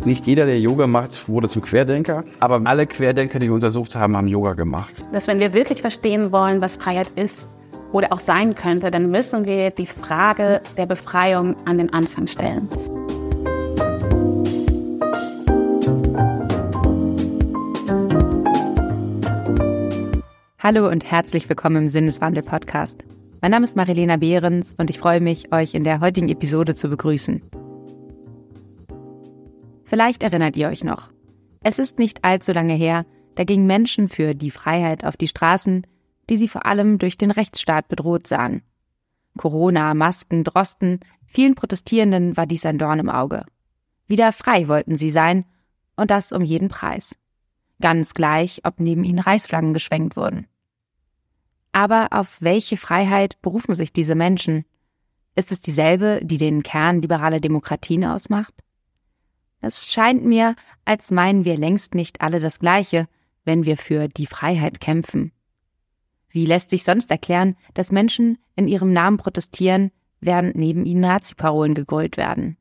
Nicht jeder, der Yoga macht, wurde zum Querdenker, aber alle Querdenker, die wir untersucht haben, haben Yoga gemacht. Dass wenn wir wirklich verstehen wollen, was Freiheit ist oder auch sein könnte, dann müssen wir die Frage der Befreiung an den Anfang stellen. Hallo und herzlich willkommen im Sinneswandel-Podcast. Mein Name ist Marilena Behrens und ich freue mich, euch in der heutigen Episode zu begrüßen. Vielleicht erinnert ihr euch noch. Es ist nicht allzu lange her, da gingen Menschen für die Freiheit auf die Straßen, die sie vor allem durch den Rechtsstaat bedroht sahen. Corona, Masken, Drosten, vielen Protestierenden war dies ein Dorn im Auge. Wieder frei wollten sie sein, und das um jeden Preis. Ganz gleich, ob neben ihnen Reichsflaggen geschwenkt wurden. Aber auf welche Freiheit berufen sich diese Menschen? Ist es dieselbe, die den Kern liberaler Demokratien ausmacht? Es scheint mir, als meinen wir längst nicht alle das Gleiche, wenn wir für die Freiheit kämpfen. Wie lässt sich sonst erklären, dass Menschen in ihrem Namen protestieren, während neben ihnen Nazi-Parolen gegrölt werden?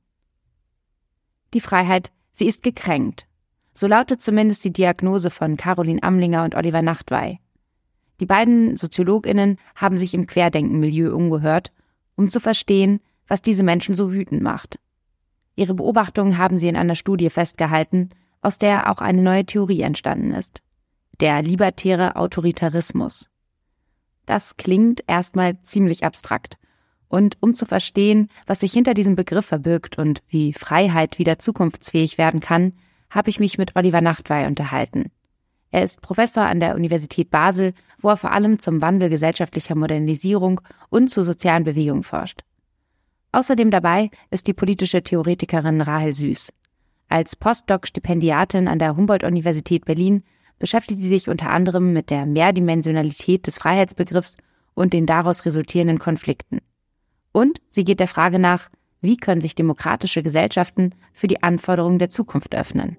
Die Freiheit, sie ist gekränkt. So lautet zumindest die Diagnose von Caroline Amlinger und Oliver Nachtwey. Die beiden SoziologInnen haben sich im Querdenken-Milieu umgehört, um zu verstehen, was diese Menschen so wütend macht. Ihre Beobachtungen haben sie in einer Studie festgehalten, aus der auch eine neue Theorie entstanden ist: der libertäre Autoritarismus. Das klingt erstmal ziemlich abstrakt. Und um zu verstehen, was sich hinter diesem Begriff verbirgt und wie Freiheit wieder zukunftsfähig werden kann, habe ich mich mit Oliver Nachtwey unterhalten. Er ist Professor an der Universität Basel, wo er vor allem zum Wandel gesellschaftlicher Modernisierung und zu sozialen Bewegungen forscht. Außerdem dabei ist die politische Theoretikerin Rahel Süß. Als Postdoc-Stipendiatin an der Humboldt-Universität Berlin beschäftigt sie sich unter anderem mit der Mehrdimensionalität des Freiheitsbegriffs und den daraus resultierenden Konflikten. Und sie geht der Frage nach, wie können sich demokratische Gesellschaften für die Anforderungen der Zukunft öffnen.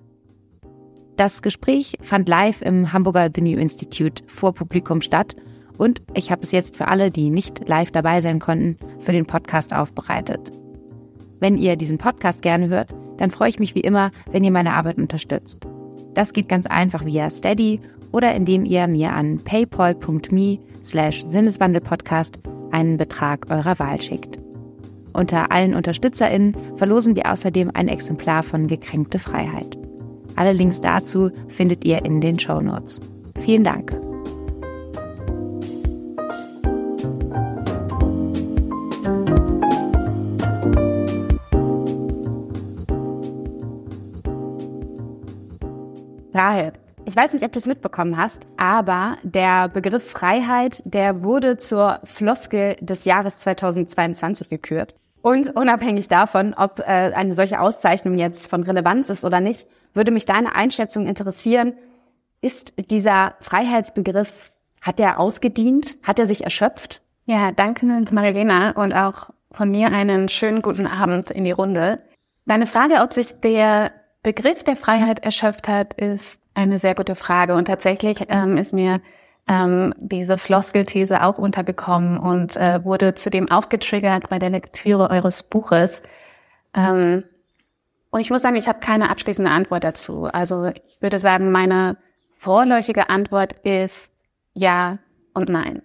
Das Gespräch fand live im Hamburger The New Institute vor Publikum statt und ich habe es jetzt für alle, die nicht live dabei sein konnten, für den Podcast aufbereitet. Wenn ihr diesen Podcast gerne hört, dann freue ich mich wie immer, wenn ihr meine Arbeit unterstützt. Das geht ganz einfach via Steady oder indem ihr mir an paypal.me/Sinneswandelpodcast einen Betrag eurer Wahl schickt. Unter allen UnterstützerInnen verlosen wir außerdem ein Exemplar von Gekränkte Freiheit. Alle Links dazu findet ihr in den Shownotes. Vielen Dank. Rahel, ich weiß nicht, ob du es mitbekommen hast, aber der Begriff Freiheit, der wurde zur Floskel des Jahres 2022 gekürt. Und unabhängig davon, ob eine solche Auszeichnung jetzt von Relevanz ist oder nicht, würde mich deine Einschätzung interessieren. Ist dieser Freiheitsbegriff, hat der ausgedient? Hat er sich erschöpft? Ja, danke Marilena und auch von mir einen schönen guten Abend in die Runde. Deine Frage, ob sich der Begriff der Freiheit erschöpft hat, ist eine sehr gute Frage. Und tatsächlich ist mir diese Floskelthese auch untergekommen und wurde zudem auch getriggert bei der Lektüre eures Buches. Und ich muss sagen, ich habe keine abschließende Antwort dazu. Also ich würde sagen, meine vorläufige Antwort ist ja und nein.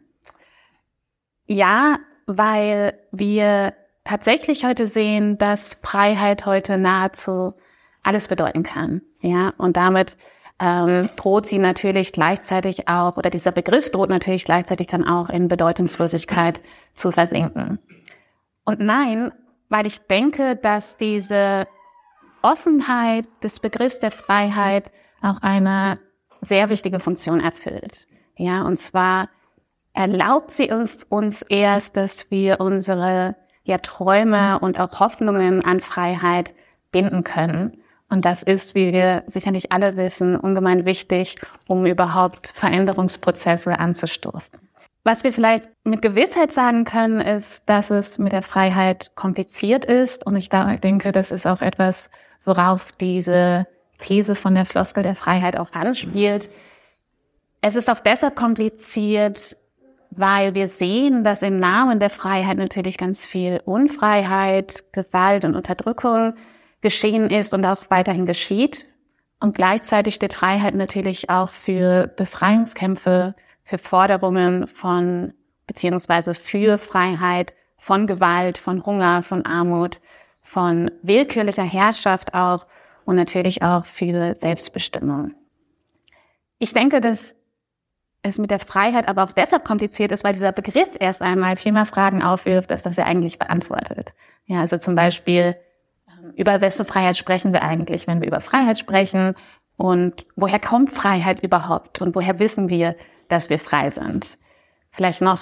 Ja, weil wir tatsächlich heute sehen, dass Freiheit heute nahezu alles bedeuten kann. Ja, und damit droht sie natürlich gleichzeitig auch, oder dieser Begriff droht natürlich gleichzeitig dann auch in Bedeutungslosigkeit zu versinken. Und nein, weil ich denke, dass diese Offenheit des Begriffs der Freiheit auch eine sehr wichtige Funktion erfüllt. Ja, und zwar erlaubt sie uns erst, dass wir unsere Träume und auch Hoffnungen an Freiheit binden können. Und das ist, wie wir sicherlich alle wissen, ungemein wichtig, um überhaupt Veränderungsprozesse anzustoßen. Was wir vielleicht mit Gewissheit sagen können, ist, dass es mit der Freiheit kompliziert ist. Und ich denke, das ist auch etwas, worauf diese These von der Floskel der Freiheit auch anspielt. Es ist auch deshalb kompliziert, weil wir sehen, dass im Namen der Freiheit natürlich ganz viel Unfreiheit, Gewalt und Unterdrückung geschehen ist und auch weiterhin geschieht. Und gleichzeitig steht Freiheit natürlich auch für Befreiungskämpfe, für Forderungen von, beziehungsweise für Freiheit von Gewalt, von Hunger, von Armut, von willkürlicher Herrschaft auch und natürlich auch für Selbstbestimmung. Ich denke, dass es mit der Freiheit aber auch deshalb kompliziert ist, weil dieser Begriff erst einmal viel mehr Fragen aufwirft, als dass er eigentlich beantwortet. Ja, also zum Beispiel, über wessen Freiheit sprechen wir eigentlich, wenn wir über Freiheit sprechen? Und woher kommt Freiheit überhaupt? Und woher wissen wir, dass wir frei sind? Vielleicht noch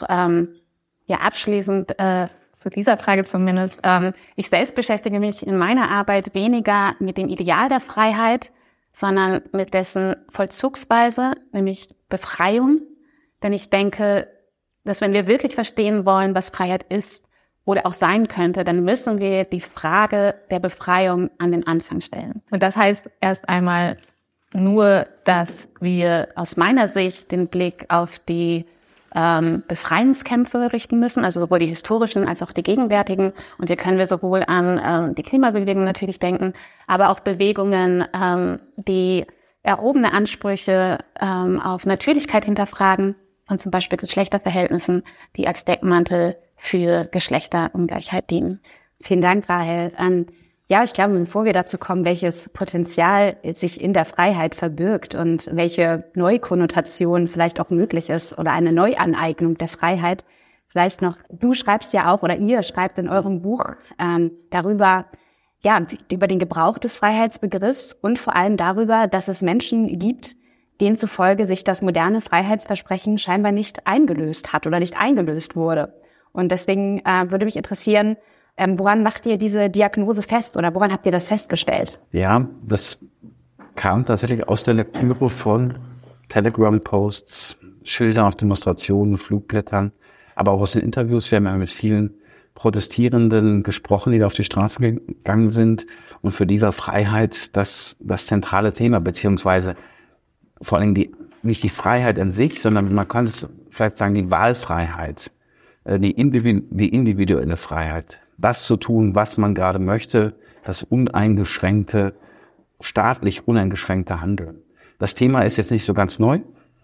abschließend zu dieser Frage zumindest. Ich selbst beschäftige mich in meiner Arbeit weniger mit dem Ideal der Freiheit, sondern mit dessen Vollzugsweise, nämlich Befreiung. Denn ich denke, dass wenn wir wirklich verstehen wollen, was Freiheit ist oder auch sein könnte, dann müssen wir die Frage der Befreiung an den Anfang stellen. Und das heißt erst einmal nur, dass wir aus meiner Sicht den Blick auf die Befreiungskämpfe richten müssen, also sowohl die historischen als auch die gegenwärtigen. Und hier können wir sowohl an die Klimabewegung natürlich denken, aber auch Bewegungen, die erhobene Ansprüche auf Natürlichkeit hinterfragen und zum Beispiel Geschlechterverhältnissen, die als Deckmantel für Geschlechterungleichheit dienen. Vielen Dank, Rahel. Ja, ich glaube, bevor wir dazu kommen, welches Potenzial sich in der Freiheit verbirgt und welche Neukonnotation vielleicht auch möglich ist oder eine Neuaneignung der Freiheit, vielleicht noch, du schreibst ja auch oder ihr schreibt in eurem Buch darüber, über den Gebrauch des Freiheitsbegriffs und vor allem darüber, dass es Menschen gibt, denen zufolge sich das moderne Freiheitsversprechen scheinbar nicht eingelöst hat oder nicht eingelöst wurde. Und deswegen würde mich interessieren, woran macht ihr diese Diagnose fest oder woran habt ihr das festgestellt? Ja, das kam tatsächlich aus der Lektüre von Telegram-Posts, Schildern auf Demonstrationen, Flugblättern, aber auch aus den Interviews. Wir haben ja mit vielen Protestierenden gesprochen, die da auf die Straße gegangen sind. Und für die war Freiheit das zentrale Thema, beziehungsweise vor allem nicht die Freiheit an sich, sondern man kann es vielleicht sagen, die Wahlfreiheit, die individuelle Freiheit. Das zu tun, was man gerade möchte, das uneingeschränkte, staatlich uneingeschränkte Handeln. Das Thema ist jetzt nicht so ganz neu.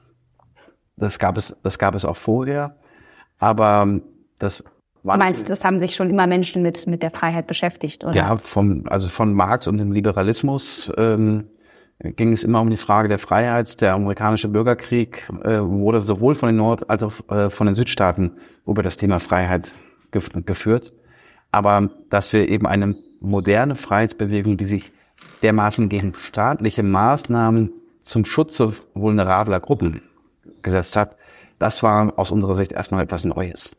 Das gab es auch vorher. Aber das war... Du meinst, das haben sich schon immer Menschen mit der Freiheit beschäftigt, oder? Ja, von Marx und dem Liberalismus ging es immer um die Frage der Freiheit. Der amerikanische Bürgerkrieg wurde sowohl von den Nord- als auch von den Südstaaten über das Thema Freiheit geführt. Aber dass wir eben eine moderne Freiheitsbewegung, die sich dermaßen gegen staatliche Maßnahmen zum Schutze vulnerabler Gruppen gesetzt hat, das war aus unserer Sicht erstmal etwas Neues.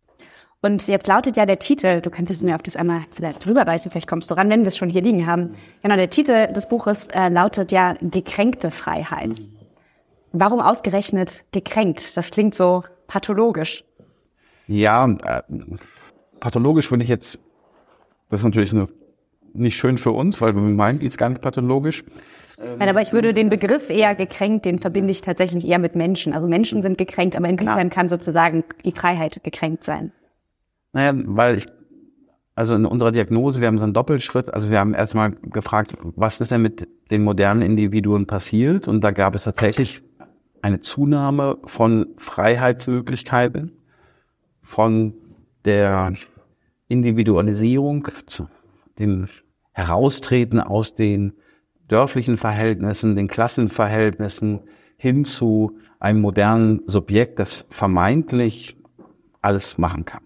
Und jetzt lautet ja der Titel, du könntest mir auf das einmal vielleicht drüber reichen, vielleicht kommst du ran, wenn wir es schon hier liegen haben. Genau, der Titel des Buches lautet ja gekränkte Freiheit. Warum ausgerechnet gekränkt? Das klingt so pathologisch. Ja, pathologisch finde ich jetzt, das ist natürlich nicht schön für uns, weil wir meinen, es gar nicht pathologisch. Nein, aber ich würde den Begriff eher gekränkt, den verbinde ich tatsächlich eher mit Menschen. Also Menschen sind gekränkt, aber inwiefern kann sozusagen die Freiheit gekränkt sein? Naja, also in unserer Diagnose, wir haben so einen Doppelschritt, also wir haben erstmal gefragt, was ist denn mit den modernen Individuen passiert? Und da gab es tatsächlich eine Zunahme von Freiheitsmöglichkeiten, von der Individualisierung, zu dem Heraustreten aus den dörflichen Verhältnissen, den Klassenverhältnissen hin zu einem modernen Subjekt, das vermeintlich alles machen kann.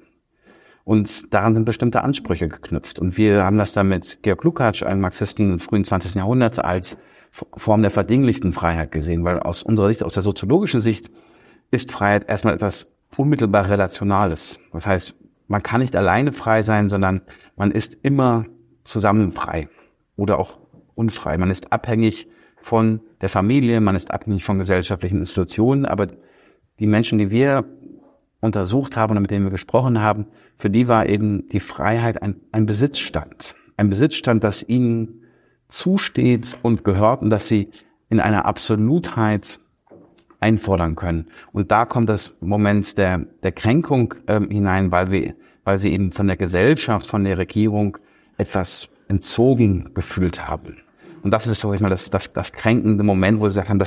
Und daran sind bestimmte Ansprüche geknüpft. Und wir haben das dann mit Georg Lukács, einem Marxisten im frühen 20. Jahrhunderts, als Form der verdinglichten Freiheit gesehen, weil aus unserer Sicht, aus der soziologischen Sicht, ist Freiheit erstmal etwas unmittelbar Relationales. Das heißt, man kann nicht alleine frei sein, sondern man ist immer zusammen frei oder auch unfrei. Man ist abhängig von der Familie, man ist abhängig von gesellschaftlichen Institutionen, aber die Menschen, die wir untersucht haben und mit denen wir gesprochen haben, für die war eben die Freiheit ein Besitzstand. Ein Besitzstand, das ihnen zusteht und gehört und das sie in einer Absolutheit einfordern können. Und da kommt das Moment der Kränkung hinein, weil sie eben von der Gesellschaft, von der Regierung etwas entzogen gefühlt haben. Und das ist so jetzt mal das kränkende Moment, wo sie sagen,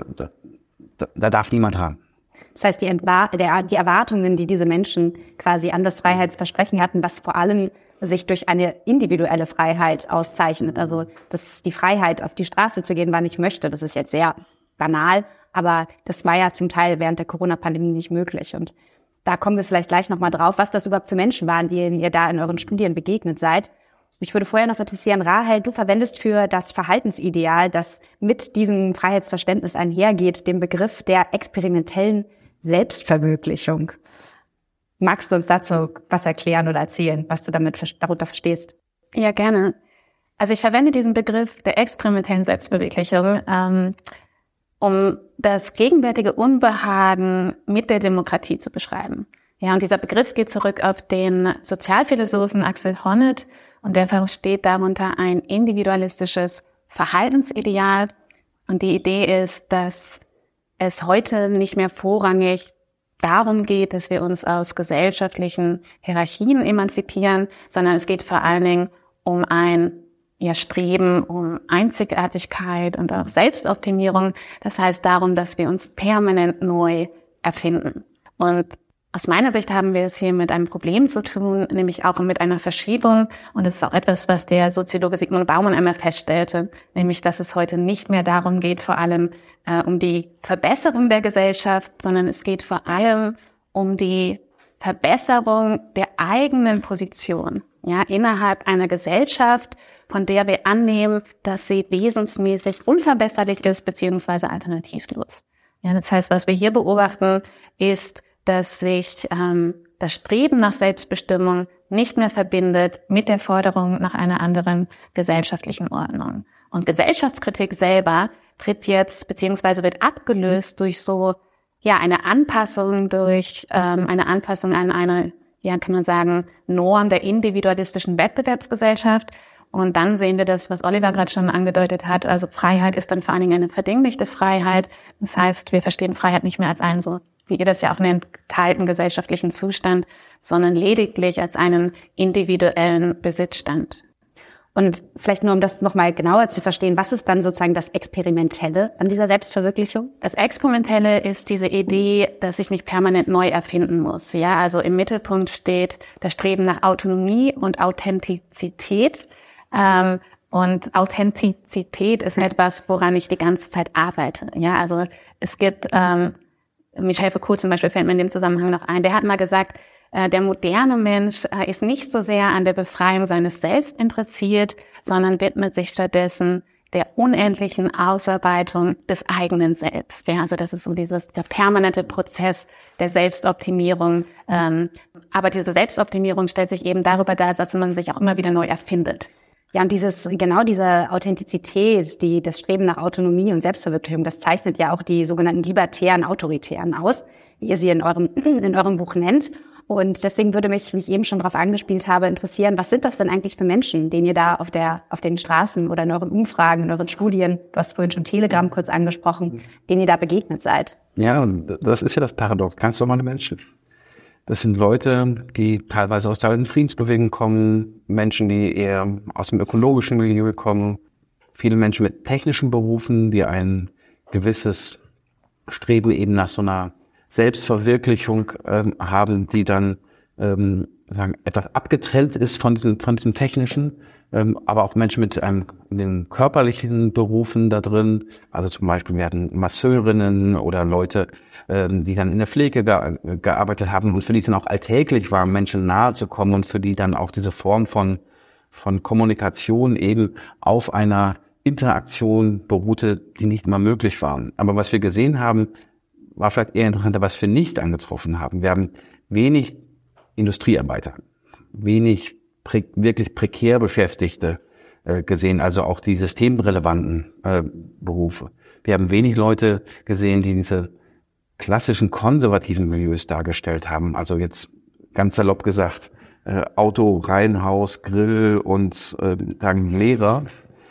da darf niemand ran. Das heißt, die Erwartungen, die diese Menschen quasi an das Freiheitsversprechen hatten, was vor allem sich durch eine individuelle Freiheit auszeichnet. Also die Freiheit, auf die Straße zu gehen, wann ich möchte. Das ist jetzt sehr banal, aber das war ja zum Teil während der Corona-Pandemie nicht möglich. Und da kommen wir vielleicht gleich nochmal drauf, was das überhaupt für Menschen waren, denen ihr da in euren Studien begegnet seid. Mich würde vorher noch interessieren, Rahel, du verwendest für das Verhaltensideal, das mit diesem Freiheitsverständnis einhergeht, den Begriff der experimentellen Selbstverwirklichung. Magst du uns dazu was erklären oder erzählen, was du darunter verstehst? Ja, gerne. Also ich verwende diesen Begriff der experimentellen Selbstverwirklichung, um das gegenwärtige Unbehagen mit der Demokratie zu beschreiben. Ja, und dieser Begriff geht zurück auf den Sozialphilosophen Axel Honneth und der versteht darunter ein individualistisches Verhaltensideal. Und die Idee ist, dass es heute nicht mehr vorrangig darum geht, dass wir uns aus gesellschaftlichen Hierarchien emanzipieren, sondern es geht vor allen Dingen um ein Streben, um Einzigartigkeit und auch Selbstoptimierung. Das heißt darum, dass wir uns permanent neu erfinden. Und aus meiner Sicht haben wir es hier mit einem Problem zu tun, nämlich auch mit einer Verschiebung. Und es ist auch etwas, was der Soziologe Zygmunt Bauman einmal feststellte, nämlich, dass es heute nicht mehr darum geht, vor allem um die Verbesserung der Gesellschaft, sondern es geht vor allem um die Verbesserung der eigenen Position, ja, innerhalb einer Gesellschaft, von der wir annehmen, dass sie wesensmäßig unverbesserlich ist, beziehungsweise alternativlos. Ja, das heißt, was wir hier beobachten, ist, dass sich das Streben nach Selbstbestimmung nicht mehr verbindet mit der Forderung nach einer anderen gesellschaftlichen Ordnung. Und Gesellschaftskritik selber tritt jetzt, beziehungsweise wird abgelöst durch eine Anpassung, an eine, kann man sagen, Norm der individualistischen Wettbewerbsgesellschaft. Und dann sehen wir das, was Oliver gerade schon angedeutet hat. Also Freiheit ist dann vor allen Dingen eine verdinglichte Freiheit. Das heißt, wir verstehen Freiheit nicht mehr als einen so, wie ihr das ja auch nennt, kalten gesellschaftlichen Zustand, sondern lediglich als einen individuellen Besitzstand. Und vielleicht nur, um das nochmal genauer zu verstehen, was ist dann sozusagen das Experimentelle an dieser Selbstverwirklichung? Das Experimentelle ist diese Idee, dass ich mich permanent neu erfinden muss. Ja, also im Mittelpunkt steht das Streben nach Autonomie und Authentizität. Und Authentizität ist etwas, woran ich die ganze Zeit arbeite. Ja, also es gibt Michel Foucault zum Beispiel fällt mir in dem Zusammenhang noch ein. Der hat mal gesagt, der moderne Mensch ist nicht so sehr an der Befreiung seines Selbst interessiert, sondern widmet sich stattdessen der unendlichen Ausarbeitung des eigenen Selbst. Ja, also das ist so der permanente Prozess der Selbstoptimierung. Aber diese Selbstoptimierung stellt sich eben darüber dar, dass man sich auch immer wieder neu erfindet. Ja, und diese Authentizität, das Streben nach Autonomie und Selbstverwirklichung, das zeichnet ja auch die sogenannten libertären Autoritären aus, wie ihr sie in eurem Buch nennt. Und deswegen würde mich, wie ich eben schon darauf angespielt habe, interessieren, was sind das denn eigentlich für Menschen, denen ihr da auf den Straßen oder in euren Umfragen, in euren Studien, du hast vorhin schon Telegram kurz angesprochen, denen ihr da begegnet seid? Ja, und das ist ja das Paradox. Ganz normale Menschen. Das sind Leute, die teilweise aus der Friedensbewegung kommen, Menschen, die eher aus dem ökologischen Milieu kommen, viele Menschen mit technischen Berufen, die ein gewisses Streben eben nach so einer Selbstverwirklichung haben, die dann etwas abgetrennt ist von diesem technischen, aber auch Menschen mit den körperlichen Berufen da drin. Also zum Beispiel werden Masseurinnen oder Leute, die dann in der Pflege gearbeitet haben und für die es dann auch alltäglich war, Menschen nahe zu kommen und für die dann auch diese Form von Kommunikation eben auf einer Interaktion beruhte, die nicht immer möglich waren. Aber was wir gesehen haben, war vielleicht eher interessanter, was wir nicht angetroffen haben. Wir haben wenig Industriearbeiter, wenig wirklich prekär Beschäftigte gesehen, also auch die systemrelevanten Berufe. Wir haben wenig Leute gesehen, die diese klassischen konservativen Milieus dargestellt haben. Also jetzt ganz salopp gesagt, Auto, Reihenhaus, Grill und sagen Lehrer.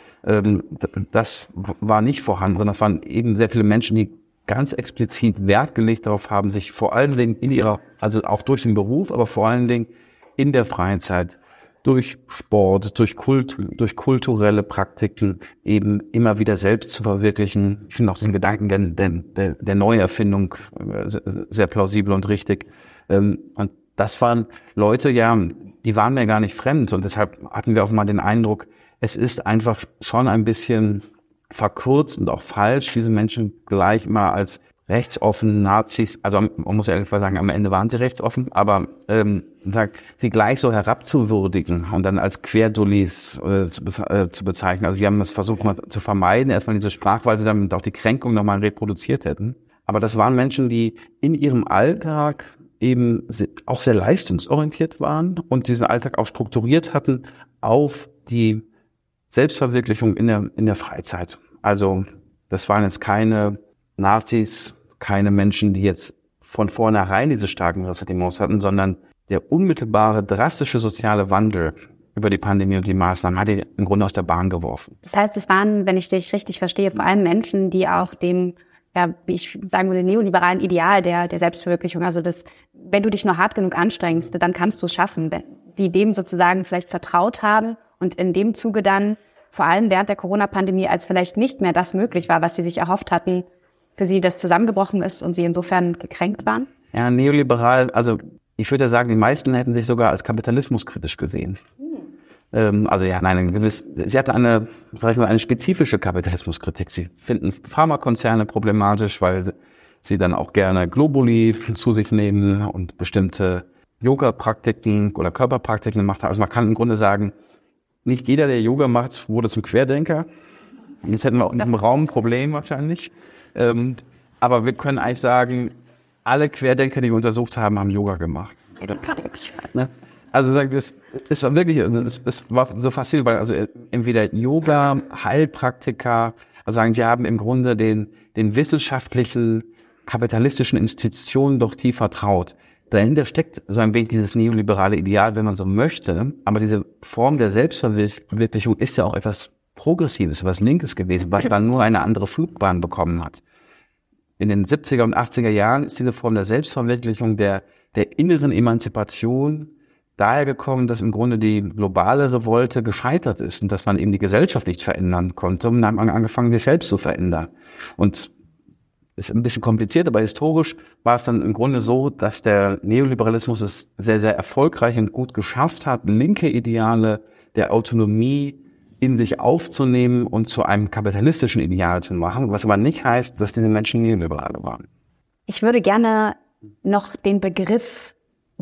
Das war nicht vorhanden, sondern es waren eben sehr viele Menschen, die ganz explizit Wert gelegt darauf haben, sich vor allen Dingen also auch durch den Beruf, aber vor allen Dingen in der Freizeit durch Sport, durch kulturelle Praktiken eben immer wieder selbst zu verwirklichen. Ich finde auch diesen Gedanken der Neuerfindung sehr plausibel und richtig. Und das waren Leute, ja, die waren mir gar nicht fremd. Und deshalb hatten wir auch mal den Eindruck, es ist einfach schon ein bisschen verkürzt und auch falsch, diese Menschen gleich mal als rechtsoffen Nazis, also man muss ehrlich sagen, am Ende waren sie rechtsoffen, aber sie gleich so herabzuwürdigen und dann als Querdullis zu bezeichnen. Also wir haben das versucht mal zu vermeiden, erstmal diese Sprache, weil sie damit auch die Kränkung nochmal reproduziert hätten. Aber das waren Menschen, die in ihrem Alltag eben auch sehr leistungsorientiert waren und diesen Alltag auch strukturiert hatten auf die Selbstverwirklichung in der Freizeit. Also das waren jetzt keine Nazis, keine Menschen, die jetzt von vornherein diese starken Ressentiments hatten, sondern der unmittelbare, drastische soziale Wandel über die Pandemie und die Maßnahmen hat die im Grunde aus der Bahn geworfen. Das heißt, es waren, wenn ich dich richtig verstehe, vor allem Menschen, die auch dem, ja, wie ich sagen würde, neoliberalen Ideal der Selbstverwirklichung, also das, wenn du dich nur hart genug anstrengst, dann kannst du es schaffen, die dem sozusagen vielleicht vertraut haben und in dem Zuge dann, vor allem während der Corona-Pandemie, als vielleicht nicht mehr das möglich war, was sie sich erhofft hatten, für sie das zusammengebrochen ist und sie insofern gekränkt waren? Ja, neoliberal, also ich würde ja sagen, die meisten hätten sich sogar als kapitalismuskritisch gesehen. Also ja, nein, sie hatte eine spezifische Kapitalismuskritik. Sie finden Pharmakonzerne problematisch, weil sie dann auch gerne Globuli zu sich nehmen und bestimmte Yoga-Praktiken oder Körperpraktiken gemacht haben. Also man kann im Grunde sagen, nicht jeder, der Yoga macht, wurde zum Querdenker. Jetzt hätten wir auch in diesem Raum ein Problem wahrscheinlich. Aber wir können eigentlich sagen, alle Querdenker, die wir untersucht haben, haben Yoga gemacht. Oder? Ne? Also das war wirklich, das war so faszinierend, weil also entweder Yoga, Heilpraktiker, also sagen, die haben im Grunde den wissenschaftlichen, kapitalistischen Institutionen doch tief vertraut. Dahinter steckt so ein wenig dieses neoliberale Ideal, wenn man so möchte, aber diese Form der Selbstverwirklichung ist ja auch etwas Progressives, etwas Linkes gewesen, was dann nur eine andere Flugbahn bekommen hat. In den 70er und 80er Jahren ist diese Form der Selbstverwirklichung, der inneren Emanzipation daher gekommen, dass im Grunde die globale Revolte gescheitert ist und dass man eben die Gesellschaft nicht verändern konnte und dann hat man angefangen, sich selbst zu verändern. Und ist ein bisschen kompliziert, aber historisch war es dann im Grunde so, dass der Neoliberalismus es sehr, sehr erfolgreich und gut geschafft hat, linke Ideale der Autonomie in sich aufzunehmen und zu einem kapitalistischen Ideal zu machen, was aber nicht heißt, dass diese Menschen Neoliberale waren. Ich würde gerne noch den Begriff,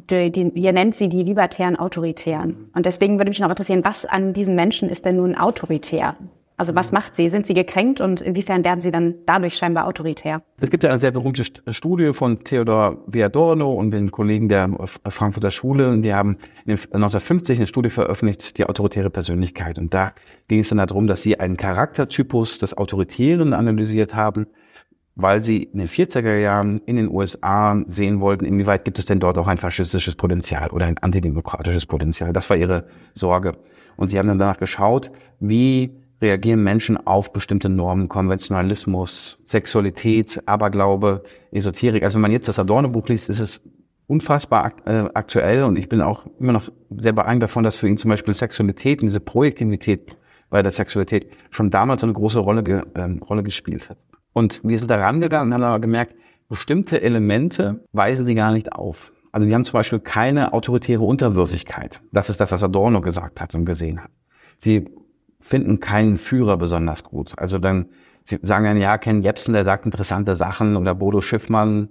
ihr nennt sie die libertären Autoritären. Und deswegen würde mich noch interessieren, was an diesen Menschen ist denn nun autoritär? Also was macht sie? Sind sie gekränkt und inwiefern werden sie dann dadurch scheinbar autoritär? Es gibt ja eine sehr berühmte Studie von Theodor W. Adorno und den Kollegen der Frankfurter Schule. Und die haben 1950 eine Studie veröffentlicht, die autoritäre Persönlichkeit. Und da ging es dann darum, dass sie einen Charaktertypus des Autoritären analysiert haben, weil sie in den 40er Jahren in den USA sehen wollten, inwieweit gibt es denn dort auch ein faschistisches Potenzial oder ein antidemokratisches Potenzial. Das war ihre Sorge. Und sie haben dann danach geschaut, wie reagieren Menschen auf bestimmte Normen, Konventionalismus, Sexualität, Aberglaube, Esoterik. Also wenn man jetzt das Adorno-Buch liest, ist es unfassbar aktuell und ich bin auch immer noch sehr beeindruckt davon, dass für ihn zum Beispiel Sexualität und diese Projektivität bei der Sexualität schon damals so eine große Rolle gespielt hat. Und wir sind da rangegangen und haben aber gemerkt, bestimmte Elemente weisen die gar nicht auf. Also die haben zum Beispiel keine autoritäre Unterwürfigkeit. Das ist das, was Adorno gesagt hat und gesehen hat. Sie finden keinen Führer besonders gut. Also dann, sie sagen dann, ja, Ken Jebsen, der sagt interessante Sachen oder Bodo Schiffmann,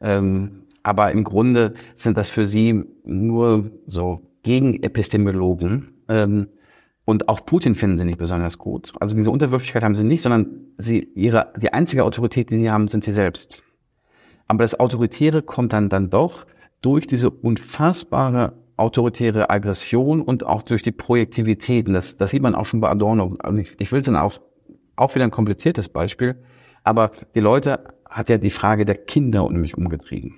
aber im Grunde sind das für sie nur so Gegenepistemologen, und auch Putin finden sie nicht besonders gut. Also diese Unterwürfigkeit haben sie nicht, sondern die einzige Autorität, die sie haben, sind sie selbst. Aber das Autoritäre kommt dann doch durch diese unfassbare autoritäre Aggression und auch durch die Projektivitäten. Das sieht man auch schon bei Adorno. Also ich will es dann auch wieder ein kompliziertes Beispiel, aber die Leute hat ja die Frage der Kinder nämlich umgetrieben.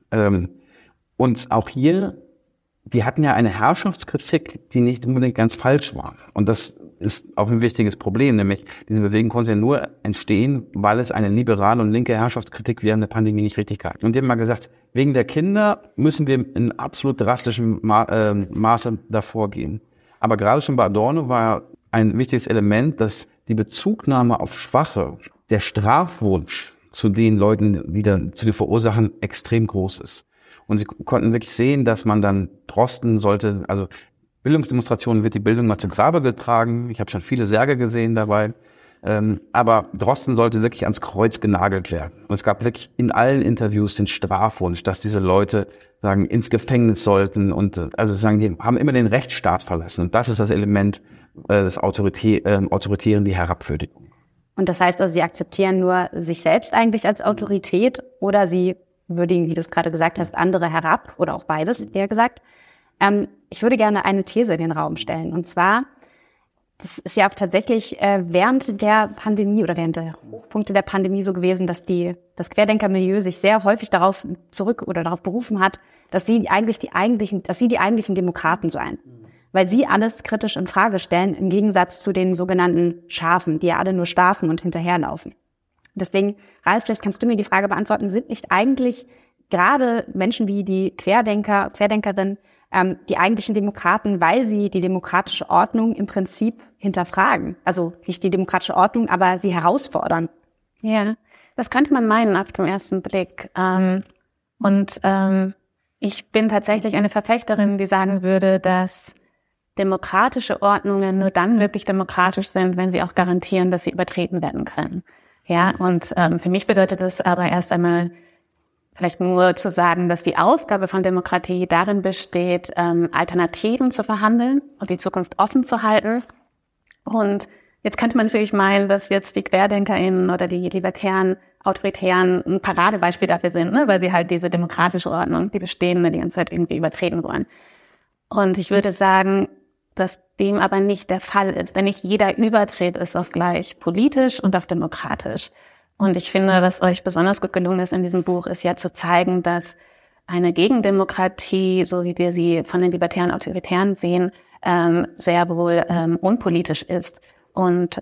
Und auch hier, die hatten ja eine Herrschaftskritik, die nicht unbedingt ganz falsch war. Und das ist auch ein wichtiges Problem, nämlich diese Bewegung konnte ja nur entstehen, weil es eine liberale und linke Herrschaftskritik während der Pandemie nicht richtig gab. Und die haben mal gesagt, wegen der Kinder müssen wir in absolut drastischem Maße davor gehen. Aber gerade schon bei Adorno war ein wichtiges Element, dass die Bezugnahme auf Schwache, der Strafwunsch zu den Leuten, zu den Verursachen, extrem groß ist. Und sie konnten wirklich sehen, dass man dann Drosten sollte, also Bildungsdemonstrationen wird die Bildung mal zu Grabe getragen. Ich habe schon viele Särge gesehen dabei. Aber Drosten sollte wirklich ans Kreuz genagelt werden. Und es gab wirklich in allen Interviews den Strafwunsch, dass diese Leute sagen, ins Gefängnis sollten und also sagen, die haben immer den Rechtsstaat verlassen. Und das ist das Element des Autoritären, die Herabwürdigung. Und das heißt also, sie akzeptieren nur sich selbst eigentlich als Autorität oder sie würdigen, wie du es gerade gesagt hast, andere herab oder auch beides, eher gesagt. Ich würde gerne eine These in den Raum stellen. Und zwar, das ist ja auch tatsächlich während der Pandemie oder während der Hochpunkte der Pandemie so gewesen, dass das Querdenkermilieu sich sehr häufig darauf berufen hat, dass sie die eigentlichen Demokraten seien. Weil sie alles kritisch in Frage stellen, im Gegensatz zu den sogenannten Schafen, die ja alle nur starfen und hinterherlaufen. Deswegen, Ralf, vielleicht kannst du mir die Frage beantworten, sind nicht eigentlich gerade Menschen wie die Querdenkerin, die eigentlichen Demokraten, weil sie die demokratische Ordnung im Prinzip hinterfragen. Also nicht die demokratische Ordnung, aber sie herausfordern. Ja, das könnte man meinen auf den ersten Blick. Ich bin tatsächlich eine Verfechterin, die sagen würde, dass demokratische Ordnungen nur dann wirklich demokratisch sind, wenn sie auch garantieren, dass sie übertreten werden können. Ja, und für mich bedeutet das aber erst einmal vielleicht nur zu sagen, dass die Aufgabe von Demokratie darin besteht, Alternativen zu verhandeln und die Zukunft offen zu halten. Und jetzt könnte man natürlich meinen, dass jetzt die QuerdenkerInnen oder die libertären, autoritären ein Paradebeispiel dafür sind, ne? Weil sie halt diese demokratische Ordnung, die bestehende, die ganze Zeit irgendwie übertreten wollen. Und ich würde sagen, dass dem aber nicht der Fall ist. Denn nicht jeder Übertritt ist auch gleich politisch und auch demokratisch. Und ich finde, was euch besonders gut gelungen ist in diesem Buch, ist ja zu zeigen, dass eine Gegendemokratie, so wie wir sie von den libertären Autoritären sehen, sehr wohl unpolitisch ist. Und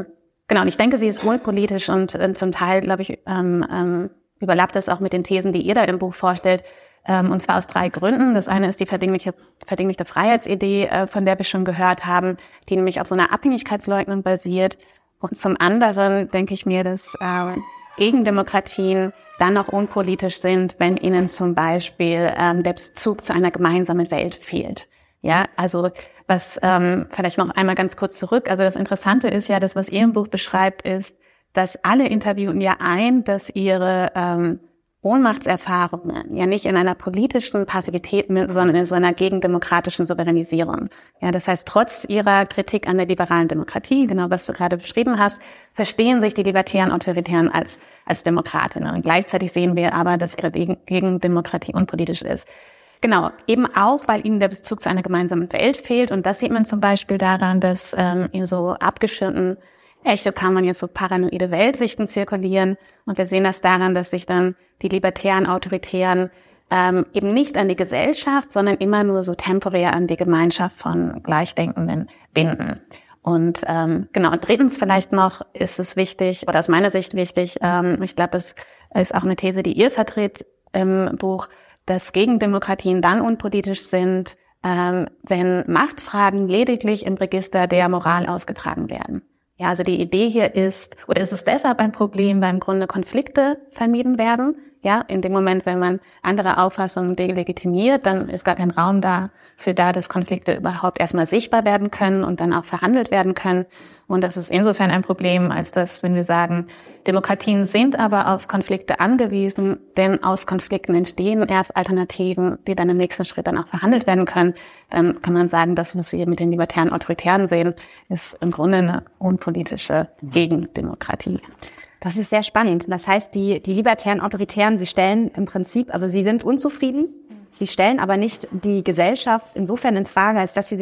und ich denke, sie ist unpolitisch und zum Teil, glaube ich, überlappt es auch mit den Thesen, die ihr da im Buch vorstellt. Und zwar aus 3 Gründen. Das eine ist die verdinglichte Freiheitsidee, von der wir schon gehört haben, die nämlich auf so einer Abhängigkeitsleugnung basiert. Und zum anderen denke ich mir, dass Gegendemokratien dann noch unpolitisch sind, wenn ihnen zum Beispiel der Bezug zu einer gemeinsamen Welt fehlt. Ja, also was vielleicht noch einmal ganz kurz zurück. Also das Interessante ist ja, das, was ihr im Buch beschreibt, ist, dass alle interviewen ja ein, dass ihre Ohnmachtserfahrungen ja nicht in einer politischen Passivität, sondern in so einer gegendemokratischen Souveränisierung. Ja, das heißt, trotz ihrer Kritik an der liberalen Demokratie, genau was du gerade beschrieben hast, verstehen sich die libertären Autoritären als Demokratinnen. Und gleichzeitig sehen wir aber, dass ihre Gegendemokratie unpolitisch ist. Genau, eben auch, weil ihnen der Bezug zu einer gemeinsamen Welt fehlt. Und das sieht man zum Beispiel daran, dass in so abgeschirmten Echokammern jetzt so paranoide Weltsichten zirkulieren. Und wir sehen das daran, dass sich dann die libertären Autoritären eben nicht an die Gesellschaft, sondern immer nur so temporär an die Gemeinschaft von Gleichdenkenden binden. Und und drittens vielleicht noch ist es wichtig, oder aus meiner Sicht wichtig, ich glaube, es ist auch eine These, die ihr vertritt im Buch, dass Gegendemokratien dann unpolitisch sind, wenn Machtfragen lediglich im Register der Moral ausgetragen werden. Ja, also die Idee hier ist, oder ist es deshalb ein Problem, weil im Grunde Konflikte vermieden werden. Ja, in dem Moment, wenn man andere Auffassungen delegitimiert, dann ist gar kein Raum dafür da, dass Konflikte überhaupt erstmal sichtbar werden können und dann auch verhandelt werden können. Und das ist insofern ein Problem, als dass, wenn wir sagen, Demokratien sind aber auf Konflikte angewiesen, denn aus Konflikten entstehen erst Alternativen, die dann im nächsten Schritt dann auch verhandelt werden können, dann kann man sagen, das, was wir mit den libertären Autoritären sehen, ist im Grunde eine unpolitische Gegendemokratie. Das ist sehr spannend. Das heißt, die libertären Autoritären, sie stellen im Prinzip, also sie sind unzufrieden, sie stellen aber nicht die Gesellschaft insofern in Frage, als dass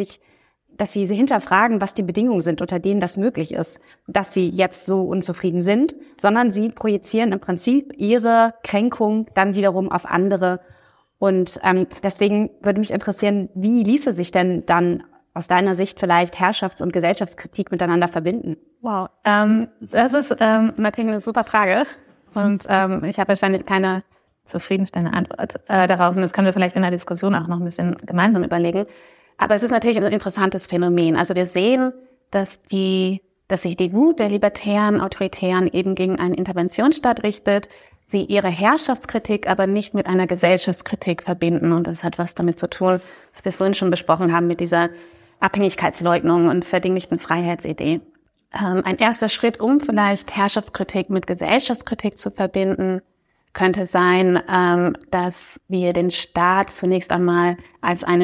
sie hinterfragen, was die Bedingungen sind, unter denen das möglich ist, dass sie jetzt so unzufrieden sind, sondern sie projizieren im Prinzip ihre Kränkung dann wiederum auf andere. Und deswegen würde mich interessieren, wie ließe sich denn dann aus deiner Sicht vielleicht Herrschafts- und Gesellschaftskritik miteinander verbinden? Wow, das ist natürlich eine super Frage und ich habe wahrscheinlich keine zufriedenstellende Antwort darauf und das können wir vielleicht in der Diskussion auch noch ein bisschen gemeinsam überlegen. Aber es ist natürlich ein interessantes Phänomen. Also wir sehen, dass sich die Wut der libertären Autoritären eben gegen einen Interventionsstaat richtet, sie ihre Herrschaftskritik aber nicht mit einer Gesellschaftskritik verbinden. Und das hat was damit zu tun, was wir vorhin schon besprochen haben mit dieser Abhängigkeitsleugnung und verdinglichten Freiheitsidee. Ein erster Schritt, um vielleicht Herrschaftskritik mit Gesellschaftskritik zu verbinden, könnte sein, dass wir den Staat zunächst einmal als einen,